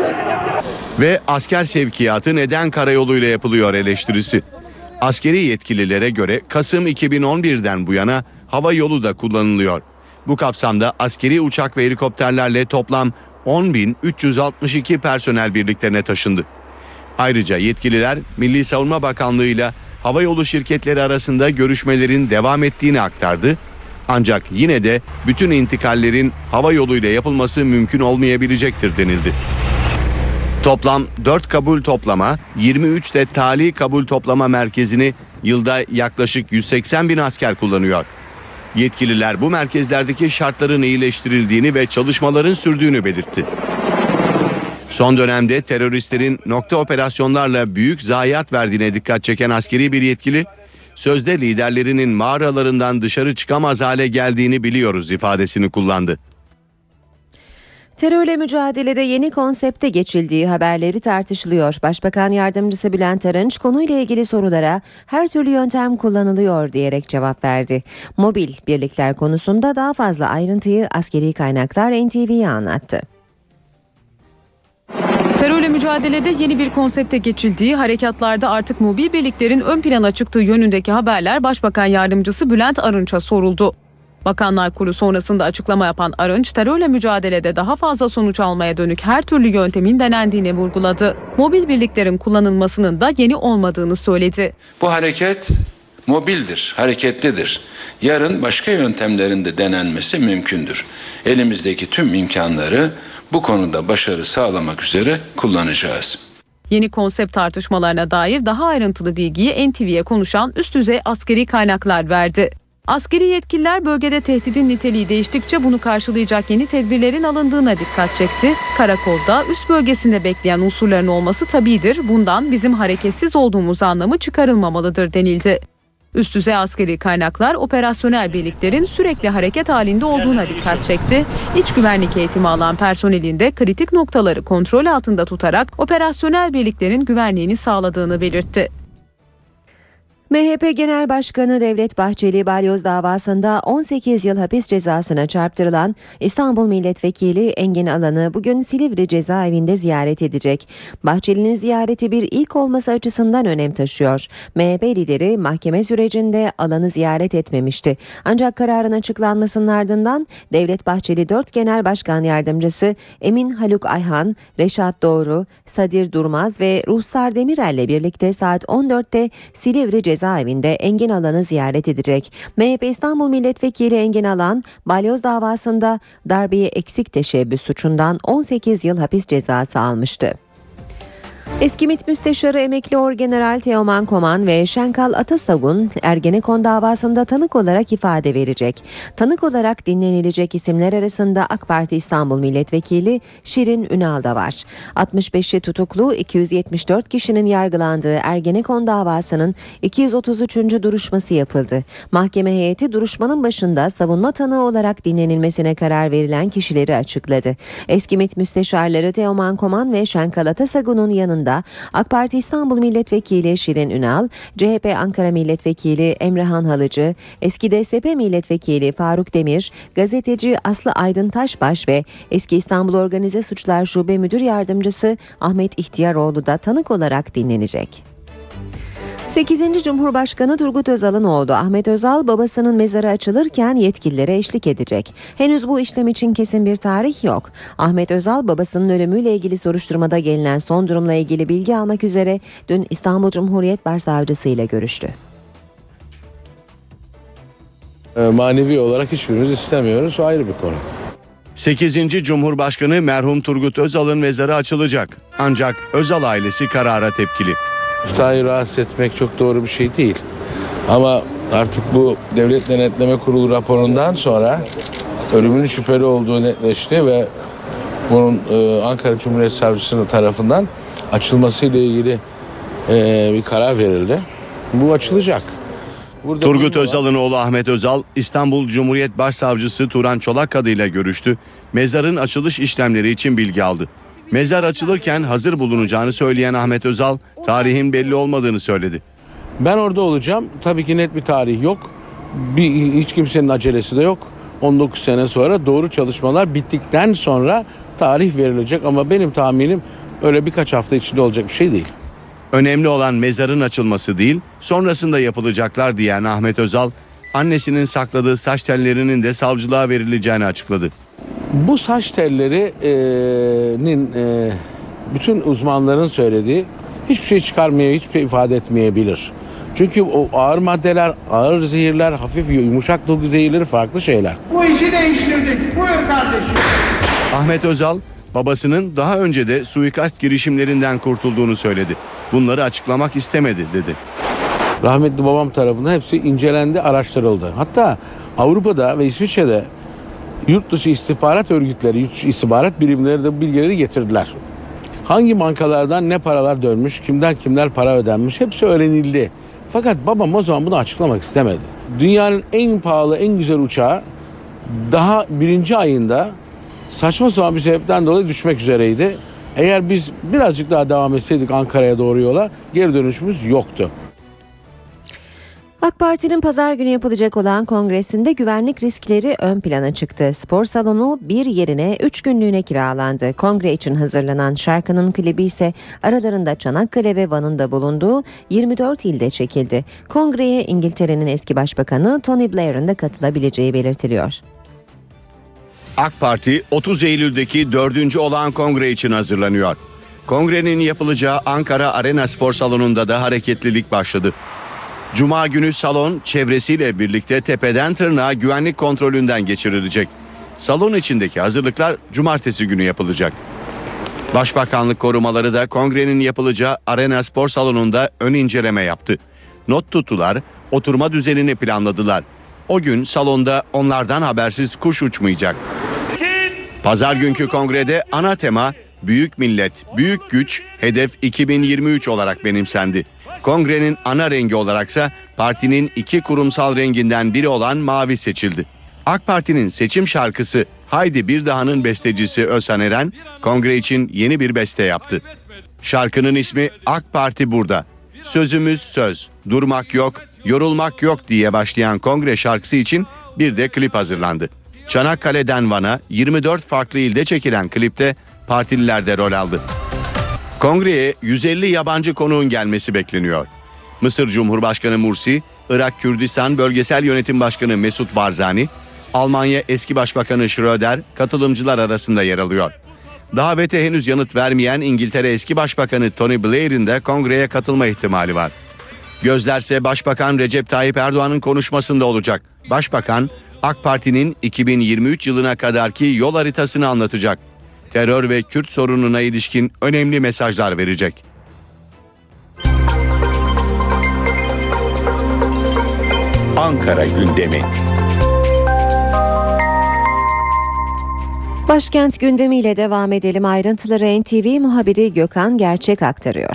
Ve asker sevkiyatı neden karayoluyla yapılıyor eleştirisi. Askeri yetkililere göre Kasım iki bin on birden bu yana hava yolu da kullanılıyor. Bu kapsamda askeri uçak ve helikopterlerle toplam on bin üç yüz altmış iki personel birliklerine taşındı. Ayrıca yetkililer Milli Savunma Bakanlığı ile havayolu şirketleri arasında görüşmelerin devam ettiğini aktardı. Ancak yine de bütün intikallerin hava yoluyla yapılması mümkün olmayabilecektir denildi. Toplam dört kabul toplama, yirmi üç de tali kabul toplama merkezini yılda yaklaşık yüz seksen bin asker kullanıyor. Yetkililer bu merkezlerdeki şartların iyileştirildiğini ve çalışmaların sürdüğünü belirtti. Son dönemde teröristlerin nokta operasyonlarla büyük zayiat verdiğine dikkat çeken askeri bir yetkili, sözde liderlerinin mağaralarından dışarı çıkamaz hale geldiğini biliyoruz ifadesini kullandı. Terörle mücadelede yeni konsepte geçildiği haberleri tartışılıyor. Başbakan Yardımcısı Bülent Arınç konuyla ilgili sorulara her türlü yöntem kullanılıyor diyerek cevap verdi. Mobil birlikler konusunda daha fazla ayrıntıyı askeri kaynaklar N T V'ye anlattı. Terörle mücadelede yeni bir konsepte geçildiği, harekatlarda artık mobil birliklerin ön plana çıktığı yönündeki haberler Başbakan Yardımcısı Bülent Arınç'a soruldu. Bakanlar Kurulu sonrasında açıklama yapan Arınç, terörle mücadelede daha fazla sonuç almaya dönük her türlü yöntemin denendiğini vurguladı. Mobil birliklerin kullanılmasının da yeni olmadığını söyledi. Bu hareket mobildir, hareketlidir. Yarın başka yöntemlerin de denenmesi mümkündür. Elimizdeki tüm imkanları bu konuda başarı sağlamak üzere kullanacağız. Yeni konsept tartışmalarına dair daha ayrıntılı bilgiyi N T V'ye konuşan üst düzey askeri kaynaklar verdi. Askeri yetkililer bölgede tehdidin niteliği değiştikçe bunu karşılayacak yeni tedbirlerin alındığına dikkat çekti. Karakolda üst bölgesinde bekleyen unsurların olması tabidir. Bundan bizim hareketsiz olduğumuz anlamı çıkarılmamalıdır denildi. Üst düzey askeri kaynaklar operasyonel birliklerin sürekli hareket halinde olduğuna dikkat çekti. İç güvenlik eğitimi alan personelin de kritik noktaları kontrol altında tutarak operasyonel birliklerin güvenliğini sağladığını belirtti. M H P Genel Başkanı Devlet Bahçeli balyoz davasında on sekiz yıl hapis cezasına çarptırılan İstanbul Milletvekili Engin Alan'ı bugün Silivri Cezaevinde ziyaret edecek. Bahçeli'nin ziyareti bir ilk olması açısından önem taşıyor. M H P lideri mahkeme sürecinde Alan'ı ziyaret etmemişti. Ancak kararın açıklanmasının ardından Devlet Bahçeli dört Genel Başkan Yardımcısı Emin Haluk Ayhan, Reşat Doğru, Sadir Durmaz ve Ruhsar Demirel'le birlikte saat on dörtte Silivri Cezaevinde Cezaevinde Engin Alan'ı ziyaret edecek. M H P İstanbul Milletvekili Engin Alan, balyoz davasında darbeye eksik teşebbüs suçundan on sekiz yıl hapis cezası almıştı. Eski MİT Müsteşarı Emekli Orgeneral Teoman Koman ve Şenkal Atasagun Ergenekon davasında tanık olarak ifade verecek. Tanık olarak dinlenilecek isimler arasında AK Parti İstanbul Milletvekili Şirin Ünal da var. altmış beşi tutuklu iki yüz yetmiş dört kişinin yargılandığı Ergenekon davasının iki yüz otuz üçüncü duruşması yapıldı. Mahkeme heyeti duruşmanın başında savunma tanığı olarak dinlenilmesine karar verilen kişileri açıkladı. Eski MİT Müsteşarları Teoman Koman ve Şenkal Atasagun'un yanında AK Parti İstanbul Milletvekili Şirin Ünal, C H P Ankara Milletvekili Emrehan Halıcı, eski D S P Milletvekili Faruk Demir, gazeteci Aslı Aydın Taşbaş ve eski İstanbul Organize Suçlar Şube Müdür Yardımcısı Ahmet İhtiyaroğlu da tanık olarak dinlenecek. sekizinci Cumhurbaşkanı Turgut Özal'ın oğlu Ahmet Özal babasının mezarı açılırken yetkililere eşlik edecek. Henüz bu işlem için kesin bir tarih yok. Ahmet Özal babasının ölümüyle ilgili soruşturmada gelinen son durumla ilgili bilgi almak üzere dün İstanbul Cumhuriyet Başsavcısı ile görüştü. Manevi olarak hiçbirimiz istemiyoruz. O ayrı bir konu. sekizinci Cumhurbaşkanı merhum Turgut Özal'ın mezarı açılacak. Ancak Özal ailesi karara tepkili. Müftahı rahatsız etmek çok doğru bir şey değil. Ama artık bu Devlet Denetleme Kurulu raporundan sonra ölümünün şüpheli olduğu netleşti ve bunun e, Ankara Cumhuriyet Savcısının tarafından açılmasıyla ilgili e, bir karar verildi. Bu açılacak. Burada Turgut Özal'ın oğlu Ahmet Özal, İstanbul Cumhuriyet Başsavcısı Turan Çolakkadı ile görüştü. Mezarın açılış işlemleri için bilgi aldı. Mezar açılırken hazır bulunacağını söyleyen Ahmet Özal, tarihin belli olmadığını söyledi. Ben orada olacağım. Tabii ki net bir tarih yok. Bir, hiç kimsenin acelesi de yok. on dokuz sene sonra doğru çalışmalar bittikten sonra tarih verilecek. Ama benim tahminim öyle birkaç hafta içinde olacak bir şey değil. Önemli olan mezarın açılması değil, sonrasında yapılacaklar diyen Ahmet Özal, annesinin sakladığı saç tellerinin de savcılığa verileceğini açıkladı. Bu saç tellerinin e, bütün uzmanların söylediği hiçbir şey çıkarmaya, hiçbir şey ifade etmeyebilir. Çünkü o ağır maddeler, ağır zehirler, hafif yumuşak doku zehirleri farklı şeyler. Bu işi değiştirdik. Buyur kardeşim. Ahmet Özal, babasının daha önce de suikast girişimlerinden kurtulduğunu söyledi. Bunları açıklamak istemedi dedi. Rahmetli babam tarafından hepsi incelendi, araştırıldı. Hatta Avrupa'da ve İsviçre'de yurt dışı istihbarat örgütleri, yurt dışı istihbarat birimleri de bilgileri getirdiler. Hangi bankalardan ne paralar dönmüş, kimden kimler para ödenmiş hepsi öğrenildi. Fakat babam o zaman bunu açıklamak istemedi. Dünyanın en pahalı, en güzel uçağı daha birinci ayında saçma sapan bir sebepten dolayı düşmek üzereydi. Eğer biz birazcık daha devam etseydik Ankara'ya doğru yola geri dönüşümüz yoktu. AK Parti'nin pazar günü yapılacak olan kongresinde güvenlik riskleri ön plana çıktı. Spor salonu bir yerine üç günlüğüne kiralandı. Kongre için hazırlanan şarkının klibi ise aralarında Çanakkale ve Van'ın da bulunduğu yirmi dört ilde çekildi. Kongreye İngiltere'nin eski başbakanı Tony Blair'ın da katılabileceği belirtiliyor. AK Parti otuz Eylül'deki dördüncü olağan kongre için hazırlanıyor. Kongrenin yapılacağı Ankara Arena Spor Salonu'nda da hareketlilik başladı. Cuma günü salon çevresiyle birlikte tepeden tırnağa güvenlik kontrolünden geçirilecek. Salon içindeki hazırlıklar cumartesi günü yapılacak. Başbakanlık korumaları da kongrenin yapılacağı Arena Spor Salonu'nda ön inceleme yaptı. Not tuttular, oturma düzenini planladılar. O gün salonda onlardan habersiz kuş uçmayacak. Pazar günkü kongrede ana tema Büyük Millet, Büyük Güç, Hedef iki bin yirmi üç olarak benimsendi. Kongrenin ana rengi olaraksa partinin iki kurumsal renginden biri olan mavi seçildi. AK Parti'nin seçim şarkısı Haydi Bir Daha'nın bestecisi Özhan Eren, kongre için yeni bir beste yaptı. Şarkının ismi AK Parti Burada. Sözümüz söz, durmak yok, yorulmak yok diye başlayan kongre şarkısı için bir de klip hazırlandı. Çanakkale'den Van'a yirmi dört farklı ilde çekilen klipte partililer de rol aldı. Kongreye yüz elli yabancı konuğun gelmesi bekleniyor. Mısır Cumhurbaşkanı Mursi, Irak Kürdistan Bölgesel Yönetim Başkanı Mesut Barzani, Almanya eski Başbakanı Schröder katılımcılar arasında yer alıyor. Davete henüz yanıt vermeyen İngiltere eski Başbakanı Tony Blair'in de kongreye katılma ihtimali var. Gözlerse Başbakan Recep Tayyip Erdoğan'ın konuşmasında olacak. Başbakan, AK Parti'nin iki bin yirmi üç yılına kadarki yol haritasını anlatacak. Terör ve Kürt sorununa ilişkin önemli mesajlar verecek. Ankara gündemi. Başkent gündemiyle devam edelim. Ayrıntıları N T V muhabiri Gökhan Gerçek aktarıyor.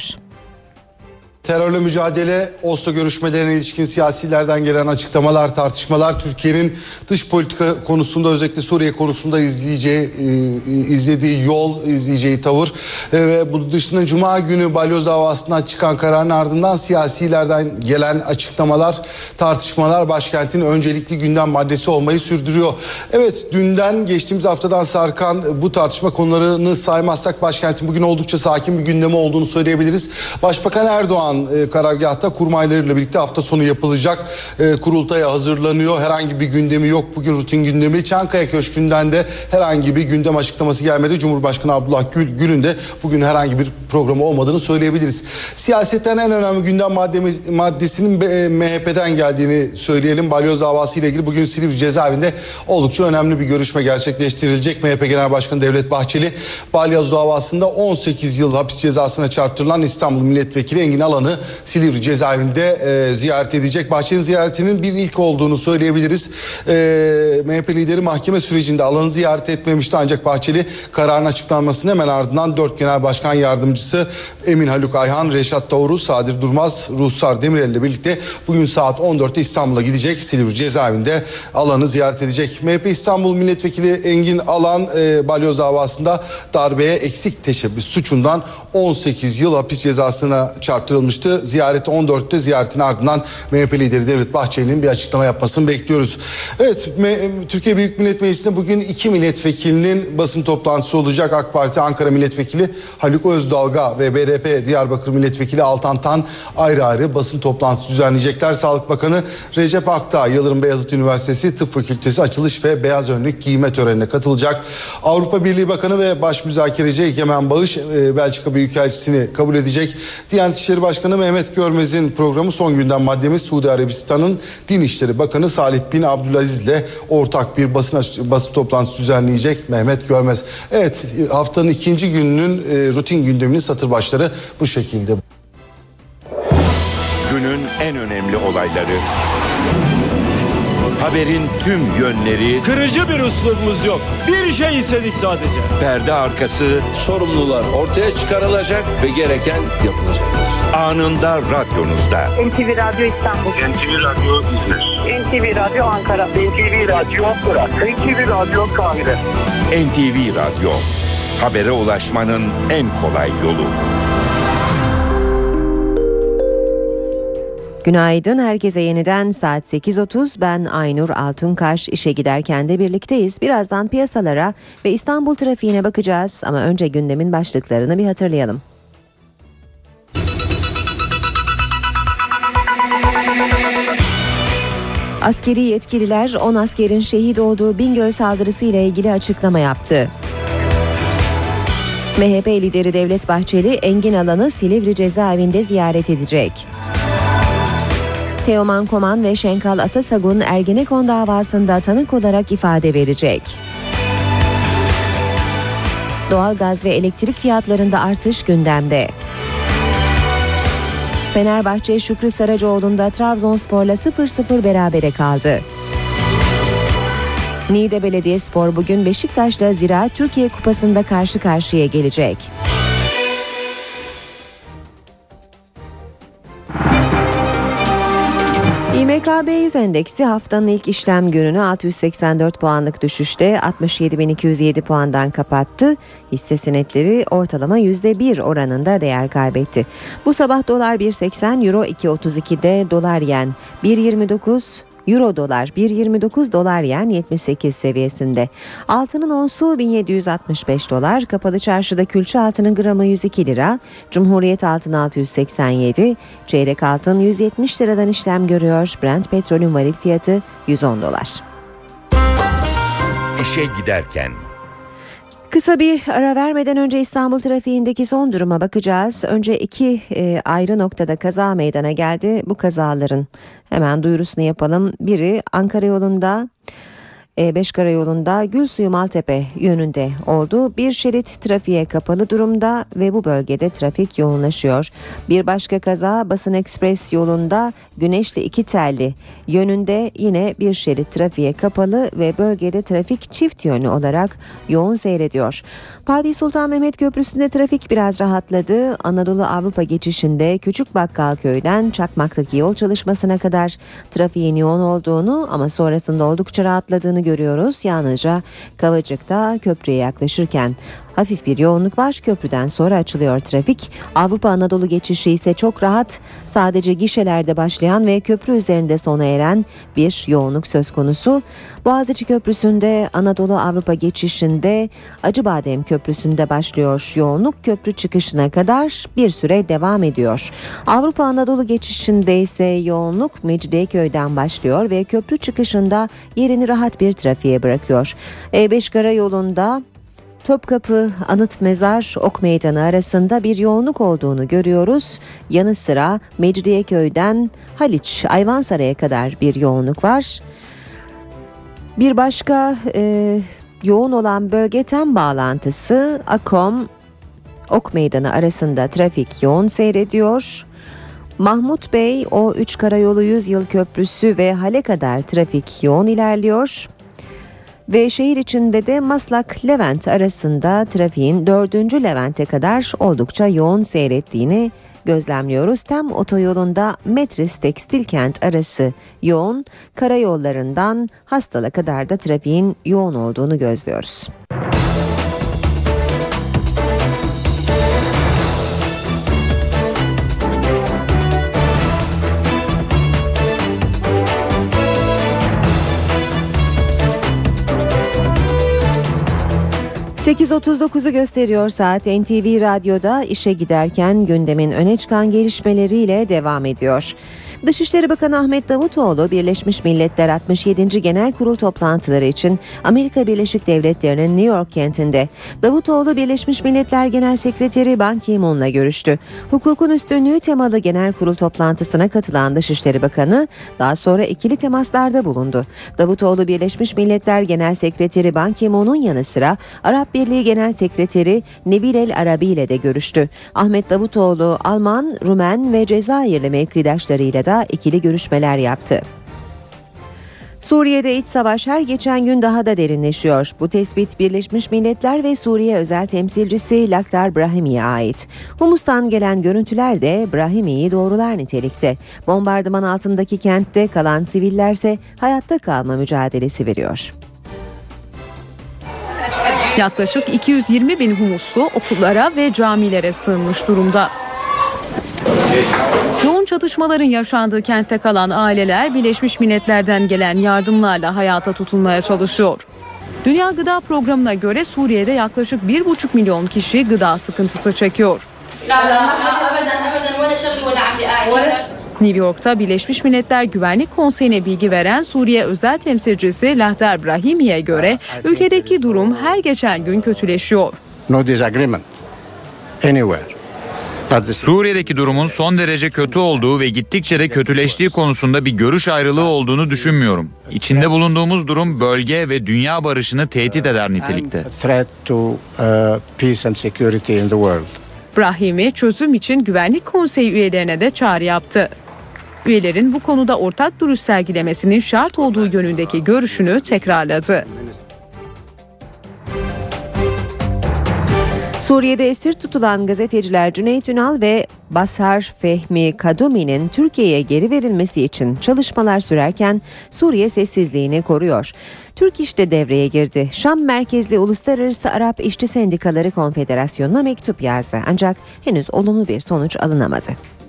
Terörle mücadele, Oslo görüşmelerine ilişkin siyasilerden gelen açıklamalar, tartışmalar, Türkiye'nin dış politika konusunda, özellikle Suriye konusunda izleyeceği, izlediği yol, izleyeceği tavır ve bu dışında Cuma günü balyoz davasından çıkan kararın ardından siyasilerden gelen açıklamalar, tartışmalar başkentin öncelikli gündem maddesi olmayı sürdürüyor. Evet, dünden geçtiğimiz haftadan sarkan bu tartışma konularını saymazsak başkentin bugün oldukça sakin bir gündemi olduğunu söyleyebiliriz. Başbakan Erdoğan E, karargahta kurmaylarıyla birlikte hafta sonu yapılacak e, kurultaya hazırlanıyor. Herhangi bir gündemi yok. Bugün rutin gündemi. Çankaya Köşkü'nden de herhangi bir gündem açıklaması gelmedi. Cumhurbaşkanı Abdullah Gül, Gül'ün de bugün herhangi bir programı olmadığını söyleyebiliriz. Siyasetten en önemli gündem maddemiz, maddesinin e, M H P'den geldiğini söyleyelim. Balyoz davası ile ilgili bugün Silivri cezaevinde oldukça önemli bir görüşme gerçekleştirilecek. M H P Genel Başkanı Devlet Bahçeli, balyoz davasında on sekiz yıl hapis cezasına çarptırılan İstanbul Milletvekili Engin Alan'ı Silivri cezaevinde e, ziyaret edecek. Bahçeli'nin ziyaretinin bir ilk olduğunu söyleyebiliriz. E, M H P lideri mahkeme sürecinde Alan'ı ziyaret etmemişti, ancak Bahçeli kararın açıklanmasının hemen ardından dört Genel Başkan Yardımcısı Emin Haluk Ayhan, Reşat Doğru, Sadir Durmaz, Ruhsar Demirel ile birlikte bugün saat on dörtte İstanbul'a gidecek. Silivri cezaevinde Alan'ı ziyaret edecek. M H P İstanbul Milletvekili Engin Alan e, balyoz davasında darbeye eksik teşebbüs suçundan on sekiz yıl hapis cezasına çarptırılmıştı. Ziyareti on dörtte, ziyaretin ardından M H P lideri Devlet Bahçeli'nin bir açıklama yapmasını bekliyoruz. Evet, Türkiye Büyük Millet Meclisi'nde bugün iki milletvekilinin basın toplantısı olacak. AK Parti Ankara Milletvekili Haluk Özdalga ve B D P Diyarbakır Milletvekili Altan Tan ayrı ayrı basın toplantısı düzenleyecekler. Sağlık Bakanı Recep Akdağ, Yıldırım Beyazıt Üniversitesi Tıp Fakültesi açılış ve beyaz önlük giyme törenine katılacak. Avrupa Birliği Bakanı ve Baş Müzakereci Egemen Bağış Belçika Büyükelçisini kabul edecek. Diyanet İşleri Başkanı Mehmet Görmez'in programı son gündem maddemiz Suudi Arabistan'ın Din İşleri Bakanı Salih bin Abdülaziz ile ortak bir basın, basın toplantısı düzenleyecek Mehmet Görmez. Evet, haftanın ikinci gününün e, rutin gündeminin satır başları bu şekilde. Günün en önemli olayları, haberin tüm yönleri, kırıcı bir üslubumuz yok. Bir şey istedik sadece. perde arkası, sorumlular ortaya çıkarılacak ve gereken yapılacaktır. Anında radyonuzda. N T V Radyo İstanbul. N T V Radyo İzmir. N T V Radyo Ankara. N T V Radyo Irak. N T V Radyo Kahire. N T V Radyo. Habere ulaşmanın en kolay yolu. Günaydın herkese, yeniden saat sekiz otuz. Ben Aynur Altunkaş. İşe giderken de birlikteyiz. Birazdan piyasalara ve İstanbul trafiğine bakacağız ama önce gündemin başlıklarını bir hatırlayalım. Askeri yetkililer on askerin şehit olduğu Bingöl saldırısı ile ilgili açıklama yaptı. M H P lideri Devlet Bahçeli, Engin Alan'ı Silivri cezaevinde ziyaret edecek. Teoman Koman ve Şenkal Atasagun Ergenekon davasında tanık olarak ifade verecek. Doğalgaz ve elektrik fiyatlarında artış gündemde. Fenerbahçe Şükrü Saracoğlu'nda Trabzonspor'la sıfır sıfır berabere kaldı. Niğde Belediyespor bugün Beşiktaş'la Ziraat Türkiye Kupası'nda karşı karşıya gelecek. İ M K B yüz endeksi haftanın ilk işlem gününü altı yüz seksen dört puanlık düşüşte altmış yedi bin iki yüz yedi puandan kapattı. Hisse senetleri ortalama yüzde bir oranında değer kaybetti. Bu sabah dolar bir seksen, euro iki otuz iki'de, dolar yen bir yirmi dokuz, euro dolar bir yirmi dokuz, dolar yen yetmiş sekiz seviyesinde. Altının onsu bin yedi yüz altmış beş dolar, kapalı çarşıda külçe altının gramı yüz iki lira, Cumhuriyet altın altı yüz seksen yedi, çeyrek altın yüz yetmiş liradan işlem görüyor. Brent petrolün varil fiyatı yüz on dolar. İşe giderken. Kısa bir ara vermeden önce İstanbul trafiğindeki son duruma bakacağız. Önce iki e, ayrı noktada kaza meydana geldi. Bu kazaların hemen duyurusunu yapalım. Biri Ankara yolunda, E beş karayolunda Gülsuyu Maltepe yönünde oldu. Bir şerit trafiğe kapalı durumda ve bu bölgede trafik yoğunlaşıyor. Bir başka kaza Basın Ekspres yolunda Güneşli İkitelli yönünde yine bir şerit trafiğe kapalı ve bölgede trafik çift yönlü olarak yoğun seyrediyor. Fatih Sultan Mehmet Köprüsü'nde trafik biraz rahatladı. Anadolu Avrupa geçişinde Küçükbakkalköy'den Çakmak'taki yol çalışmasına kadar trafiğin yoğun olduğunu ama sonrasında oldukça rahatladığını görüyoruz. Yalnızca Kavacık'ta köprüye yaklaşırken hafif bir yoğunluk var. Köprüden sonra açılıyor trafik. Avrupa Anadolu geçişi ise çok rahat. Sadece gişelerde başlayan ve köprü üzerinde sona eren bir yoğunluk söz konusu. Boğaziçi Köprüsü'nde Anadolu Avrupa geçişinde Acıbadem Köprüsü'nde başlıyor yoğunluk. Köprü çıkışına kadar bir süre devam ediyor. Avrupa Anadolu geçişinde ise yoğunluk Mecidiyeköy'den başlıyor ve köprü çıkışında yerini rahat bir trafiğe bırakıyor. E beş karayolunda Topkapı, Anıt Mezar, Ok Meydanı arasında bir yoğunluk olduğunu görüyoruz. Yanı sıra Mecidiyeköy'den Haliç, Ayvansaray'a kadar bir yoğunluk var. Bir başka e, yoğun olan bölge tem bağlantısı Akom, Ok Meydanı arasında trafik yoğun seyrediyor. Mahmut Bey, O üç Karayolu Yüzyıl Köprüsü ve Hale kadar trafik yoğun ilerliyor. Ve şehir içinde de Maslak-Levent arasında trafiğin dördüncü Levent'e kadar oldukça yoğun seyrettiğini gözlemliyoruz. Tem otoyolunda Metris Tekstilkent arası yoğun, karayollarından Hastal'a kadar da trafiğin yoğun olduğunu gözlüyoruz. sekiz otuz dokuzu gösteriyor saat. N T V Radyo'da işe giderken gündemin öne çıkan gelişmeleriyle devam ediyor. Dışişleri Bakanı Ahmet Davutoğlu, Birleşmiş Milletler altmış yedinci Genel Kurul toplantıları için Amerika Birleşik Devletleri'nin New York kentinde. Davutoğlu, Birleşmiş Milletler Genel Sekreteri Ban Ki-moon'la görüştü. Hukukun üstünlüğü temalı Genel Kurul toplantısına katılan Dışişleri Bakanı daha sonra ikili temaslarda bulundu. Davutoğlu, Birleşmiş Milletler Genel Sekreteri Ban Ki-moon'un yanı sıra Arap Birliği Genel Sekreteri Nebil El Arabi ile de görüştü. Ahmet Davutoğlu, Alman, Rumen ve Cezayirli mevkidaşlarıyla da ikili görüşmeler yaptı. Suriye'de iç savaş her geçen gün daha da derinleşiyor. Bu tespit Birleşmiş Milletler ve Suriye özel temsilcisi Lakhdar Brahimi'ye ait. Humus'tan gelen görüntüler de Brahimi'yi doğrular nitelikte. Bombardıman altındaki kentte kalan sivillerse hayatta kalma mücadelesi veriyor. Yaklaşık iki yüz yirmi bin Humuslu okullara ve camilere sığınmış durumda. Yoğun çatışmaların yaşandığı kentte kalan aileler Birleşmiş Milletler'den gelen yardımlarla hayata tutunmaya çalışıyor. Dünya Gıda Programı'na göre Suriye'de yaklaşık bir buçuk milyon kişi gıda sıkıntısı çekiyor. New York'ta Birleşmiş Milletler Güvenlik Konseyi'ne bilgi veren Suriye özel temsilcisi Lakhdar Brahimi'ye göre ülkedeki durum her geçen gün kötüleşiyor. No disagreement anywhere. Suriye'deki durumun son derece kötü olduğu ve gittikçe de kötüleştiği konusunda bir görüş ayrılığı olduğunu düşünmüyorum. İçinde bulunduğumuz durum bölge ve dünya barışını tehdit eder nitelikte. Brahimi çözüm için Güvenlik Konseyi üyelerine de çağrı yaptı. Üyelerin bu konuda ortak duruş sergilemesinin şart olduğu yönündeki görüşünü tekrarladı. Suriye'de esir tutulan gazeteciler Cüneyt Ünal ve Basar Fehmi Kadumi'nin Türkiye'ye geri verilmesi için çalışmalar sürerken Suriye sessizliğini koruyor. Türk İş de devreye girdi. Şam merkezli Uluslararası Arap İşçi Sendikaları Konfederasyonu'na mektup yazdı. Ancak henüz olumlu bir sonuç alınamadı.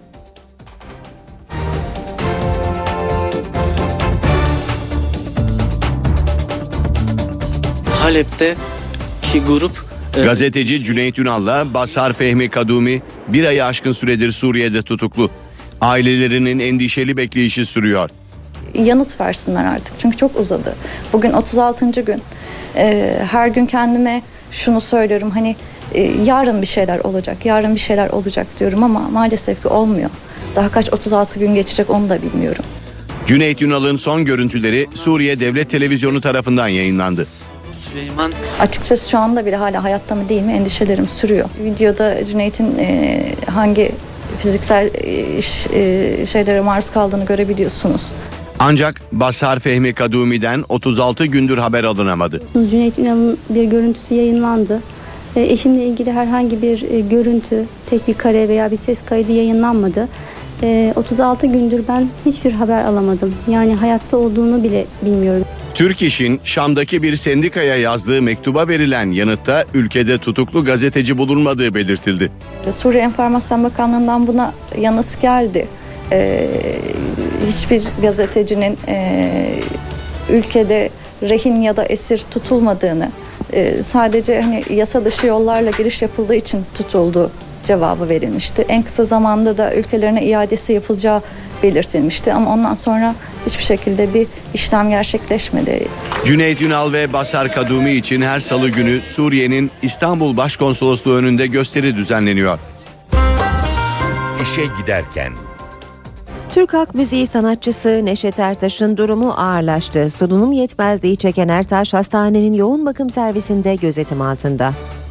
Halep'teki grup Gazeteci Cüneyt Ünal'la Basar Fehmi Kadumi bir ayı aşkın süredir Suriye'de tutuklu. Ailelerinin endişeli bekleyişi sürüyor. Yanıt versinler artık çünkü çok uzadı. Bugün otuz altıncı gün. Ee, her gün kendime şunu söylüyorum, hani e, yarın bir şeyler olacak, yarın bir şeyler olacak diyorum ama maalesef ki olmuyor. Daha kaç otuz altı gün geçecek onu da bilmiyorum. Cüneyt Ünal'ın son görüntüleri Suriye Devlet Televizyonu tarafından yayınlandı. Süleyman. Açıkçası şu anda bile hala hayatta mı değil mi endişelerim sürüyor. Videoda Cüneyt'in e, hangi fiziksel e, e, şeylere maruz kaldığını görebiliyorsunuz. Ancak Basar Fehmi Kadumi'den otuz altı gündür haber alınamadı. Cüneyt Ünal'ın bir görüntüsü yayınlandı. E, eşimle ilgili herhangi bir e, görüntü, tek bir kare veya bir ses kaydı yayınlanmadı. E, otuz altı gündür ben hiçbir haber alamadım. Yani hayatta olduğunu bile bilmiyorum. Türk İş'in Şam'daki bir sendikaya yazdığı mektuba verilen yanıtta ülkede tutuklu gazeteci bulunmadığı belirtildi. Suriye Enformasyon Bakanlığı'ndan buna yanıt geldi. Ee, hiçbir gazetecinin e, ülkede rehin ya da esir tutulmadığını, e, sadece hani yasa dışı yollarla giriş yapıldığı için tutulduğu cevabı verilmişti. En kısa zamanda da ülkelerine iadesi yapılacağı belirtilmişti ama ondan sonra hiçbir şekilde bir işlem gerçekleşmedi. Cüneyt Ünal ve Basar Kadumi için her salı günü Suriye'nin İstanbul Başkonsolosluğu önünde gösteri düzenleniyor. İşe giderken Türk halk müziği sanatçısı Neşet Ertaş'ın durumu ağırlaştı. Solunum yetmezliği çeken Ertaş hastanenin yoğun bakım servisinde gözetim altında.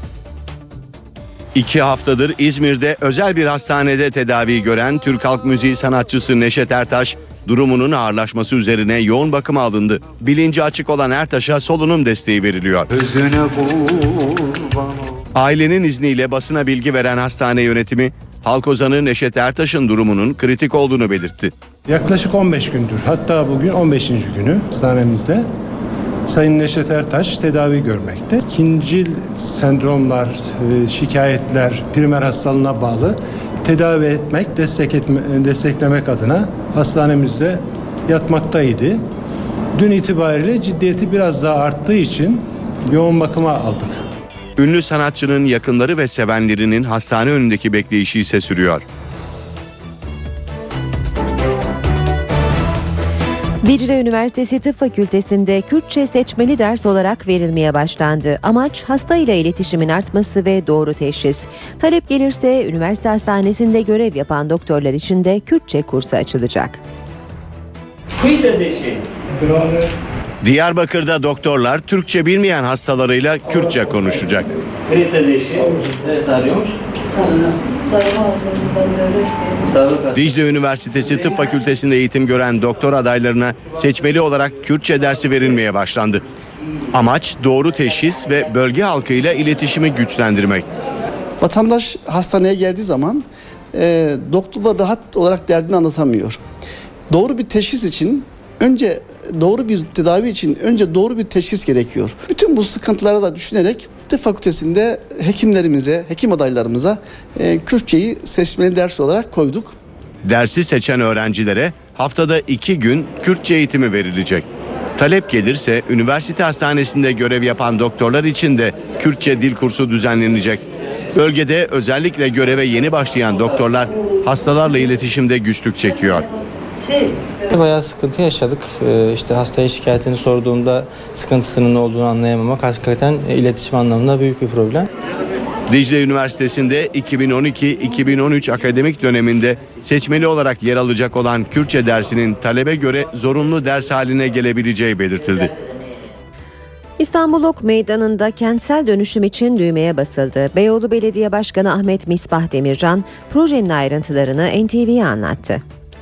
İki haftadır İzmir'de özel bir hastanede tedavi gören Türk halk müziği sanatçısı Neşet Ertaş, durumunun ağırlaşması üzerine yoğun bakıma alındı. Bilinci açık olan Ertaş'a solunum desteği veriliyor. Ailenin izniyle basına bilgi veren hastane yönetimi, halk ozanı Neşet Ertaş'ın durumunun kritik olduğunu belirtti. Yaklaşık on beş gündür, hatta bugün on beşinci günü hastanemizde Sayın Neşet Ertaş tedavi görmekte. İkincil sendromlar, şikayetler, primer hastalığına bağlı tedavi etmek, destek etme, desteklemek adına hastanemizde yatmaktaydı. Dün itibariyle ciddiyeti biraz daha arttığı için yoğun bakıma aldık. Ünlü sanatçının yakınları ve sevenlerinin hastane önündeki bekleyişi ise sürüyor. Dicle Üniversitesi Tıp Fakültesi'nde Kürtçe seçmeli ders olarak verilmeye başlandı. Amaç hasta ile iletişimin artması ve doğru teşhis. Talep gelirse üniversite hastanesinde görev yapan doktorlar için de Kürtçe kursu açılacak. Diyarbakır'da doktorlar Türkçe bilmeyen hastalarıyla Kürtçe konuşacak. Dicle Üniversitesi Tıp Fakültesi'nde eğitim gören doktor adaylarına seçmeli olarak Kürtçe dersi verilmeye başlandı. Amaç doğru teşhis ve bölge halkıyla iletişimi güçlendirmek. Vatandaş hastaneye geldiği zaman e, doktorlar rahat olarak derdini anlatamıyor. Doğru bir teşhis için önce doğru bir tedavi için önce doğru bir teşhis gerekiyor. Bütün bu sıkıntıları da düşünerek tıp fakültesinde hekimlerimize, hekim adaylarımıza e, Kürtçeyi seçmeli ders olarak koyduk. Dersi seçen öğrencilere haftada iki gün Kürtçe eğitimi verilecek. Talep gelirse üniversite hastanesinde görev yapan doktorlar için de Kürtçe dil kursu düzenlenecek. Bölgede özellikle göreve yeni başlayan doktorlar hastalarla iletişimde güçlük çekiyor. Bayağı sıkıntı yaşadık. Ee, işte hastaya şikayetini sorduğumda sıkıntısının ne olduğunu anlayamamak hakikaten iletişim anlamında büyük bir problem. Dicle Üniversitesi'nde iki bin on iki iki bin on üç akademik döneminde seçmeli olarak yer alacak olan Kürtçe dersinin talebe göre zorunlu ders haline gelebileceği belirtildi. İstanbul Ok Meydanı'nda kentsel dönüşüm için düğmeye basıldı. Beyoğlu Belediye Başkanı Ahmet Misbah Demircan projenin ayrıntılarını N T V'ye anlattı.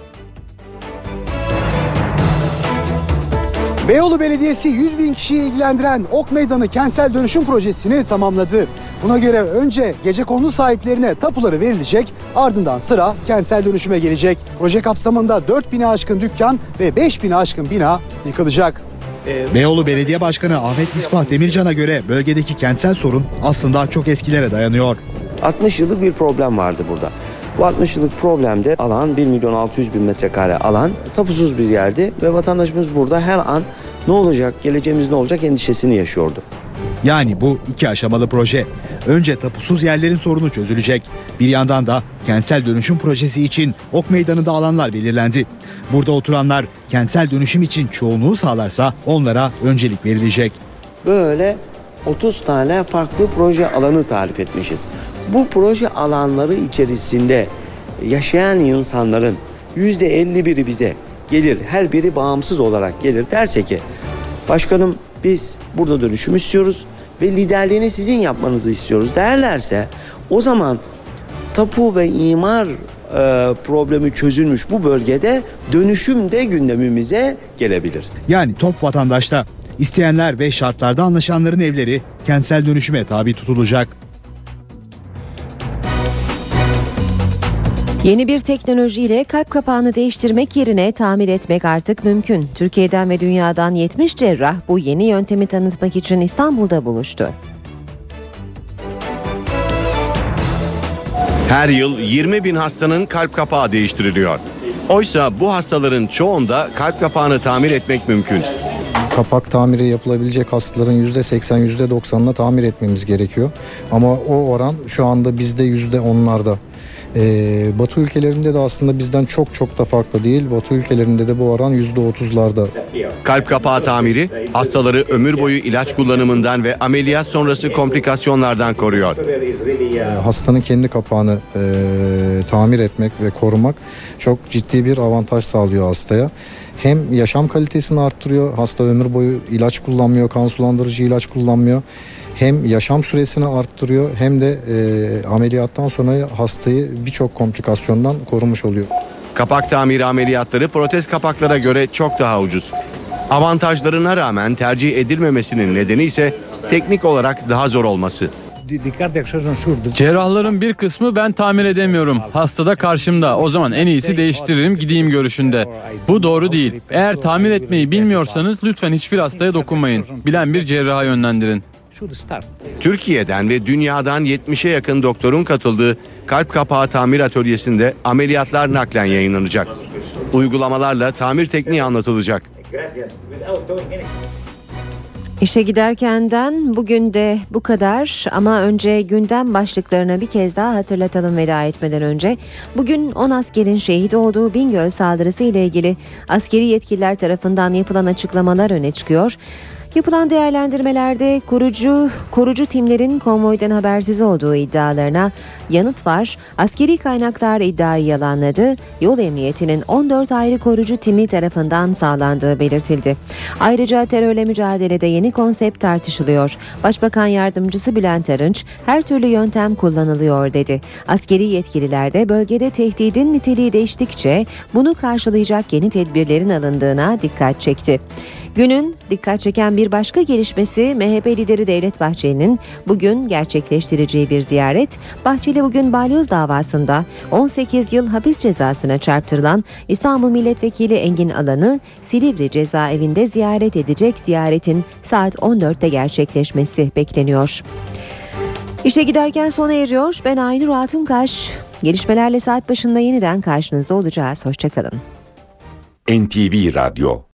Beyoğlu Belediyesi yüz bin kişiyi ilgilendiren Ok Meydanı kentsel dönüşüm projesini tamamladı. Buna göre önce gecekondu sahiplerine tapuları verilecek, ardından sıra kentsel dönüşüme gelecek. Proje kapsamında dört bine aşkın dükkan ve beş bine aşkın bina yıkılacak. Beyoğlu Belediye Başkanı Ahmet Misbah Demircan'a göre bölgedeki kentsel sorun aslında çok eskilere dayanıyor. altmış yıllık bir problem vardı burada. Bu altmış yıllık problemde alan bir milyon altı yüz bin metrekare alan tapusuz bir yerdi ve vatandaşımız burada her an ne olacak, geleceğimiz ne olacak endişesini yaşıyordu. Yani bu iki aşamalı proje. Önce tapusuz yerlerin sorunu çözülecek. Bir yandan da kentsel dönüşüm projesi için Ok Meydanı'nda alanlar belirlendi. Burada oturanlar kentsel dönüşüm için çoğunluğu sağlarsa onlara öncelik verilecek. Böyle otuz tane farklı proje alanı tarif etmişiz. Bu proje alanları içerisinde yaşayan insanların yüzde elli biri bize gelir, her biri bağımsız olarak gelir derse ki başkanım biz burada dönüşüm istiyoruz ve liderliğini sizin yapmanızı istiyoruz derlerse o zaman tapu ve imar e, problemi çözülmüş bu bölgede dönüşüm de gündemimize gelebilir. Yani top vatandaşta. İsteyenler ve şartlarda anlaşanların evleri kentsel dönüşüme tabi tutulacak. Yeni bir teknolojiyle kalp kapağını değiştirmek yerine tamir etmek artık mümkün. Türkiye'den ve dünyadan yetmiş cerrah bu yeni yöntemi tanıtmak için İstanbul'da buluştu. Her yıl yirmi bin hastanın kalp kapağı değiştiriliyor. Oysa bu hastaların çoğunda kalp kapağını tamir etmek mümkün. Kapak tamiri yapılabilecek hastaların yüzde seksen yüzde doksanına tamir etmemiz gerekiyor. Ama o oran şu anda bizde yüzde onlarda. Ee, Batı ülkelerinde de aslında bizden çok çok da farklı değil. Batı ülkelerinde de bu oran yüzde otuzlarda. Kalp kapağı tamiri hastaları ömür boyu ilaç kullanımından ve ameliyat sonrası komplikasyonlardan koruyor. Ee, hastanın kendi kapağını e, tamir etmek ve korumak çok ciddi bir avantaj sağlıyor hastaya. Hem yaşam kalitesini arttırıyor, hasta ömür boyu ilaç kullanmıyor, kan sulandırıcı ilaç kullanmıyor. Hem yaşam süresini arttırıyor hem de e, ameliyattan sonra hastayı birçok komplikasyondan korumuş oluyor. Kapak tamiri ameliyatları protez kapaklara göre çok daha ucuz. Avantajlarına rağmen tercih edilmemesinin nedeni ise teknik olarak daha zor olması. Cerrahların bir kısmı ben tamir edemiyorum. Hasta da karşımda. O zaman en iyisi değiştiririm gideyim görüşünde. Bu doğru değil. Eğer tamir etmeyi bilmiyorsanız lütfen hiçbir hastaya dokunmayın. Bilen bir cerraha yönlendirin. Türkiye'den ve dünyadan yetmişe yakın doktorun katıldığı kalp kapağı tamir atölyesinde ameliyatlar naklen yayınlanacak. Uygulamalarla tamir tekniği anlatılacak. İşe giderkenden bugün de bu kadar ama önce gündem başlıklarını bir kez daha hatırlatalım veda etmeden önce. Bugün on askerin şehit olduğu Bingöl saldırısı ile ilgili askeri yetkililer tarafından yapılan açıklamalar öne çıkıyor. Yapılan değerlendirmelerde korucu korucu timlerin konvoydan habersiz olduğu iddialarına yanıt var. Askeri kaynaklar iddiayı yalanladı. Yol Emniyeti'nin on dört ayrı korucu timi tarafından sağlandığı belirtildi. Ayrıca terörle mücadelede yeni konsept tartışılıyor. Başbakan Yardımcısı Bülent Arınç her türlü yöntem kullanılıyor dedi. Askeri yetkililer de bölgede tehdidin niteliği değiştikçe bunu karşılayacak yeni tedbirlerin alındığına dikkat çekti. Günün dikkat çeken bir başka gelişmesi M H P lideri Devlet Bahçeli'nin bugün gerçekleştireceği bir ziyaret. Bahçeli bugün balyoz davasında on sekiz yıl hapis cezasına çarptırılan İstanbul Milletvekili Engin Alan'ı Silivri cezaevinde ziyaret edecek. Ziyaretin saat on dörtte gerçekleşmesi bekleniyor. İşe giderken sona eriyor. Ben Aynur Altunkaş. Gelişmelerle saat başında yeniden karşınızda olacağız. Hoşçakalın. N T V Radyo